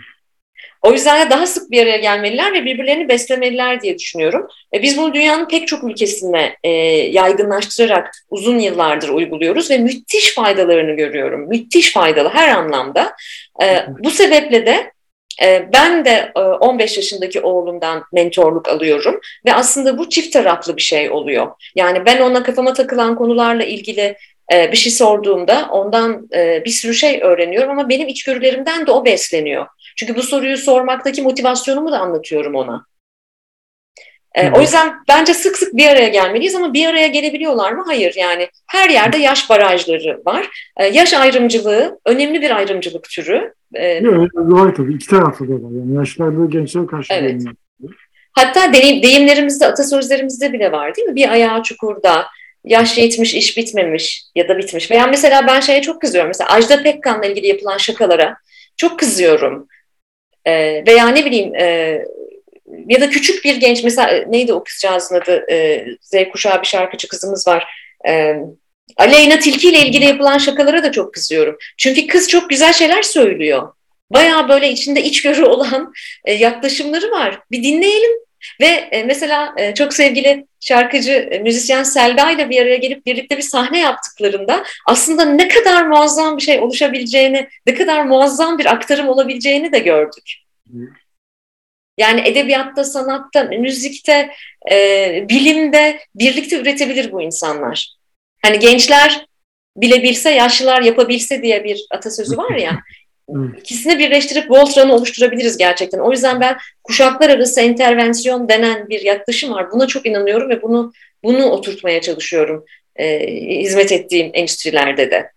O yüzden de daha sık bir araya gelmeliler ve birbirlerini beslemeliler diye düşünüyorum. E, biz bunu dünyanın pek çok ülkesinde e, yaygınlaştırarak uzun yıllardır uyguluyoruz ve müthiş faydalarını görüyorum. Müthiş faydalı her anlamda. E, bu sebeple de e, ben de e, on beş yaşındaki oğlumdan mentorluk alıyorum ve aslında bu çift taraflı bir şey oluyor. Yani ben ona kafama takılan konularla ilgili bir şey sorduğumda ondan bir sürü şey öğreniyorum ama benim içgörülerimden de o besleniyor. Çünkü bu soruyu sormaktaki motivasyonumu da anlatıyorum ona. Evet. O yüzden bence sık sık bir araya gelmeliyiz ama bir araya gelebiliyorlar mı? Hayır, yani her yerde yaş barajları var. Yaş ayrımcılığı önemli bir ayrımcılık türü. Evet, var tabii. İki taraflı da var. Yani yaşlar böyle gençlere karşı evet. Dönüyor. Hatta deyim, deyimlerimizde, atasözlerimizde bile var değil mi? Bir ayağı çukurda, yaş yetmiş, iş bitmemiş ya da bitmiş. Veya mesela ben şeye çok kızıyorum. Mesela Ajda Pekkan'la ilgili yapılan şakalara çok kızıyorum. Ee, veya ne bileyim e, ya da küçük bir genç, mesela neydi o kızcağızın adı? Ee, Z kuşağı bir şarkıcı kızımız var. Ee, Aleyna Tilki ile ilgili yapılan şakalara da çok kızıyorum. Çünkü kız çok güzel şeyler söylüyor. Bayağı böyle içinde içgörü olan e, yaklaşımları var. Bir dinleyelim. Ve e, mesela e, çok sevgili şarkıcı, e, müzisyen Selda ile bir araya gelip birlikte bir sahne yaptıklarında aslında ne kadar muazzam bir şey oluşabileceğini, ne kadar muazzam bir aktarım olabileceğini de gördük. Yani edebiyatta, sanatta, müzikte, e, bilimde birlikte üretebilir bu insanlar. Hani gençler bilebilse, yaşlılar yapabilse diye bir atasözü var ya. İkisini birleştirip Voltran'ı oluşturabiliriz gerçekten. O yüzden ben kuşaklar arası intervensiyon denen bir yaklaşım var. Buna çok inanıyorum ve bunu bunu oturtmaya çalışıyorum e, hizmet ettiğim endüstrilerde de.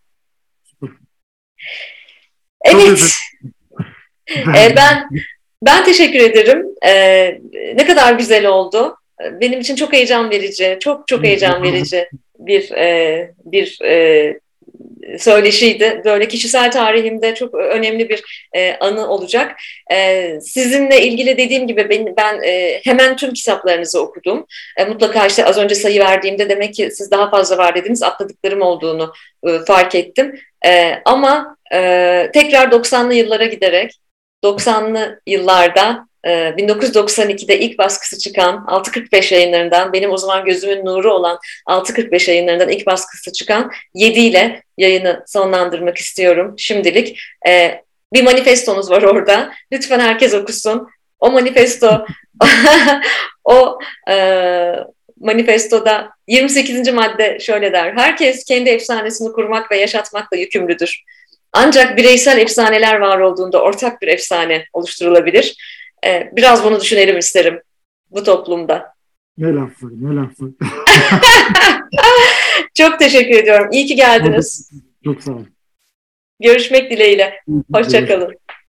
Evet. e, ben ben teşekkür ederim. E, ne kadar güzel oldu. Benim için çok heyecan verici, çok çok heyecan verici bir e, bir e, söyleşiydi. Böyle kişisel tarihimde çok önemli bir e, anı olacak. E, sizinle ilgili dediğim gibi ben, ben e, hemen tüm kitaplarınızı okudum. E, mutlaka işte az önce sayı verdiğimde demek ki siz daha fazla var dediniz. Atladıklarım olduğunu e, fark ettim. E, ama e, tekrar doksanlı yıllara giderek doksanlı yıllarda bin dokuz yüz doksan ikide ilk baskısı çıkan altı kırk beş yayınlarından, benim o zaman gözümün nuru olan altı kırk beş yayınlarından ilk baskısı çıkan yedi ile yayını sonlandırmak istiyorum şimdilik. Bir manifestonuz var orada. Lütfen herkes okusun. O manifesto o e, manifestoda yirmi sekizinci madde şöyle der: herkes kendi efsanesini kurmak ve yaşatmakla yükümlüdür. Ancak bireysel efsaneler var olduğunda ortak bir efsane oluşturulabilir. Ee, biraz bunu düşünelim isterim bu toplumda. Ne laf var, ne laf var. Çok teşekkür ediyorum. İyi ki geldiniz. Çok sağ olun. Görüşmek dileğiyle. Hoşça kalın.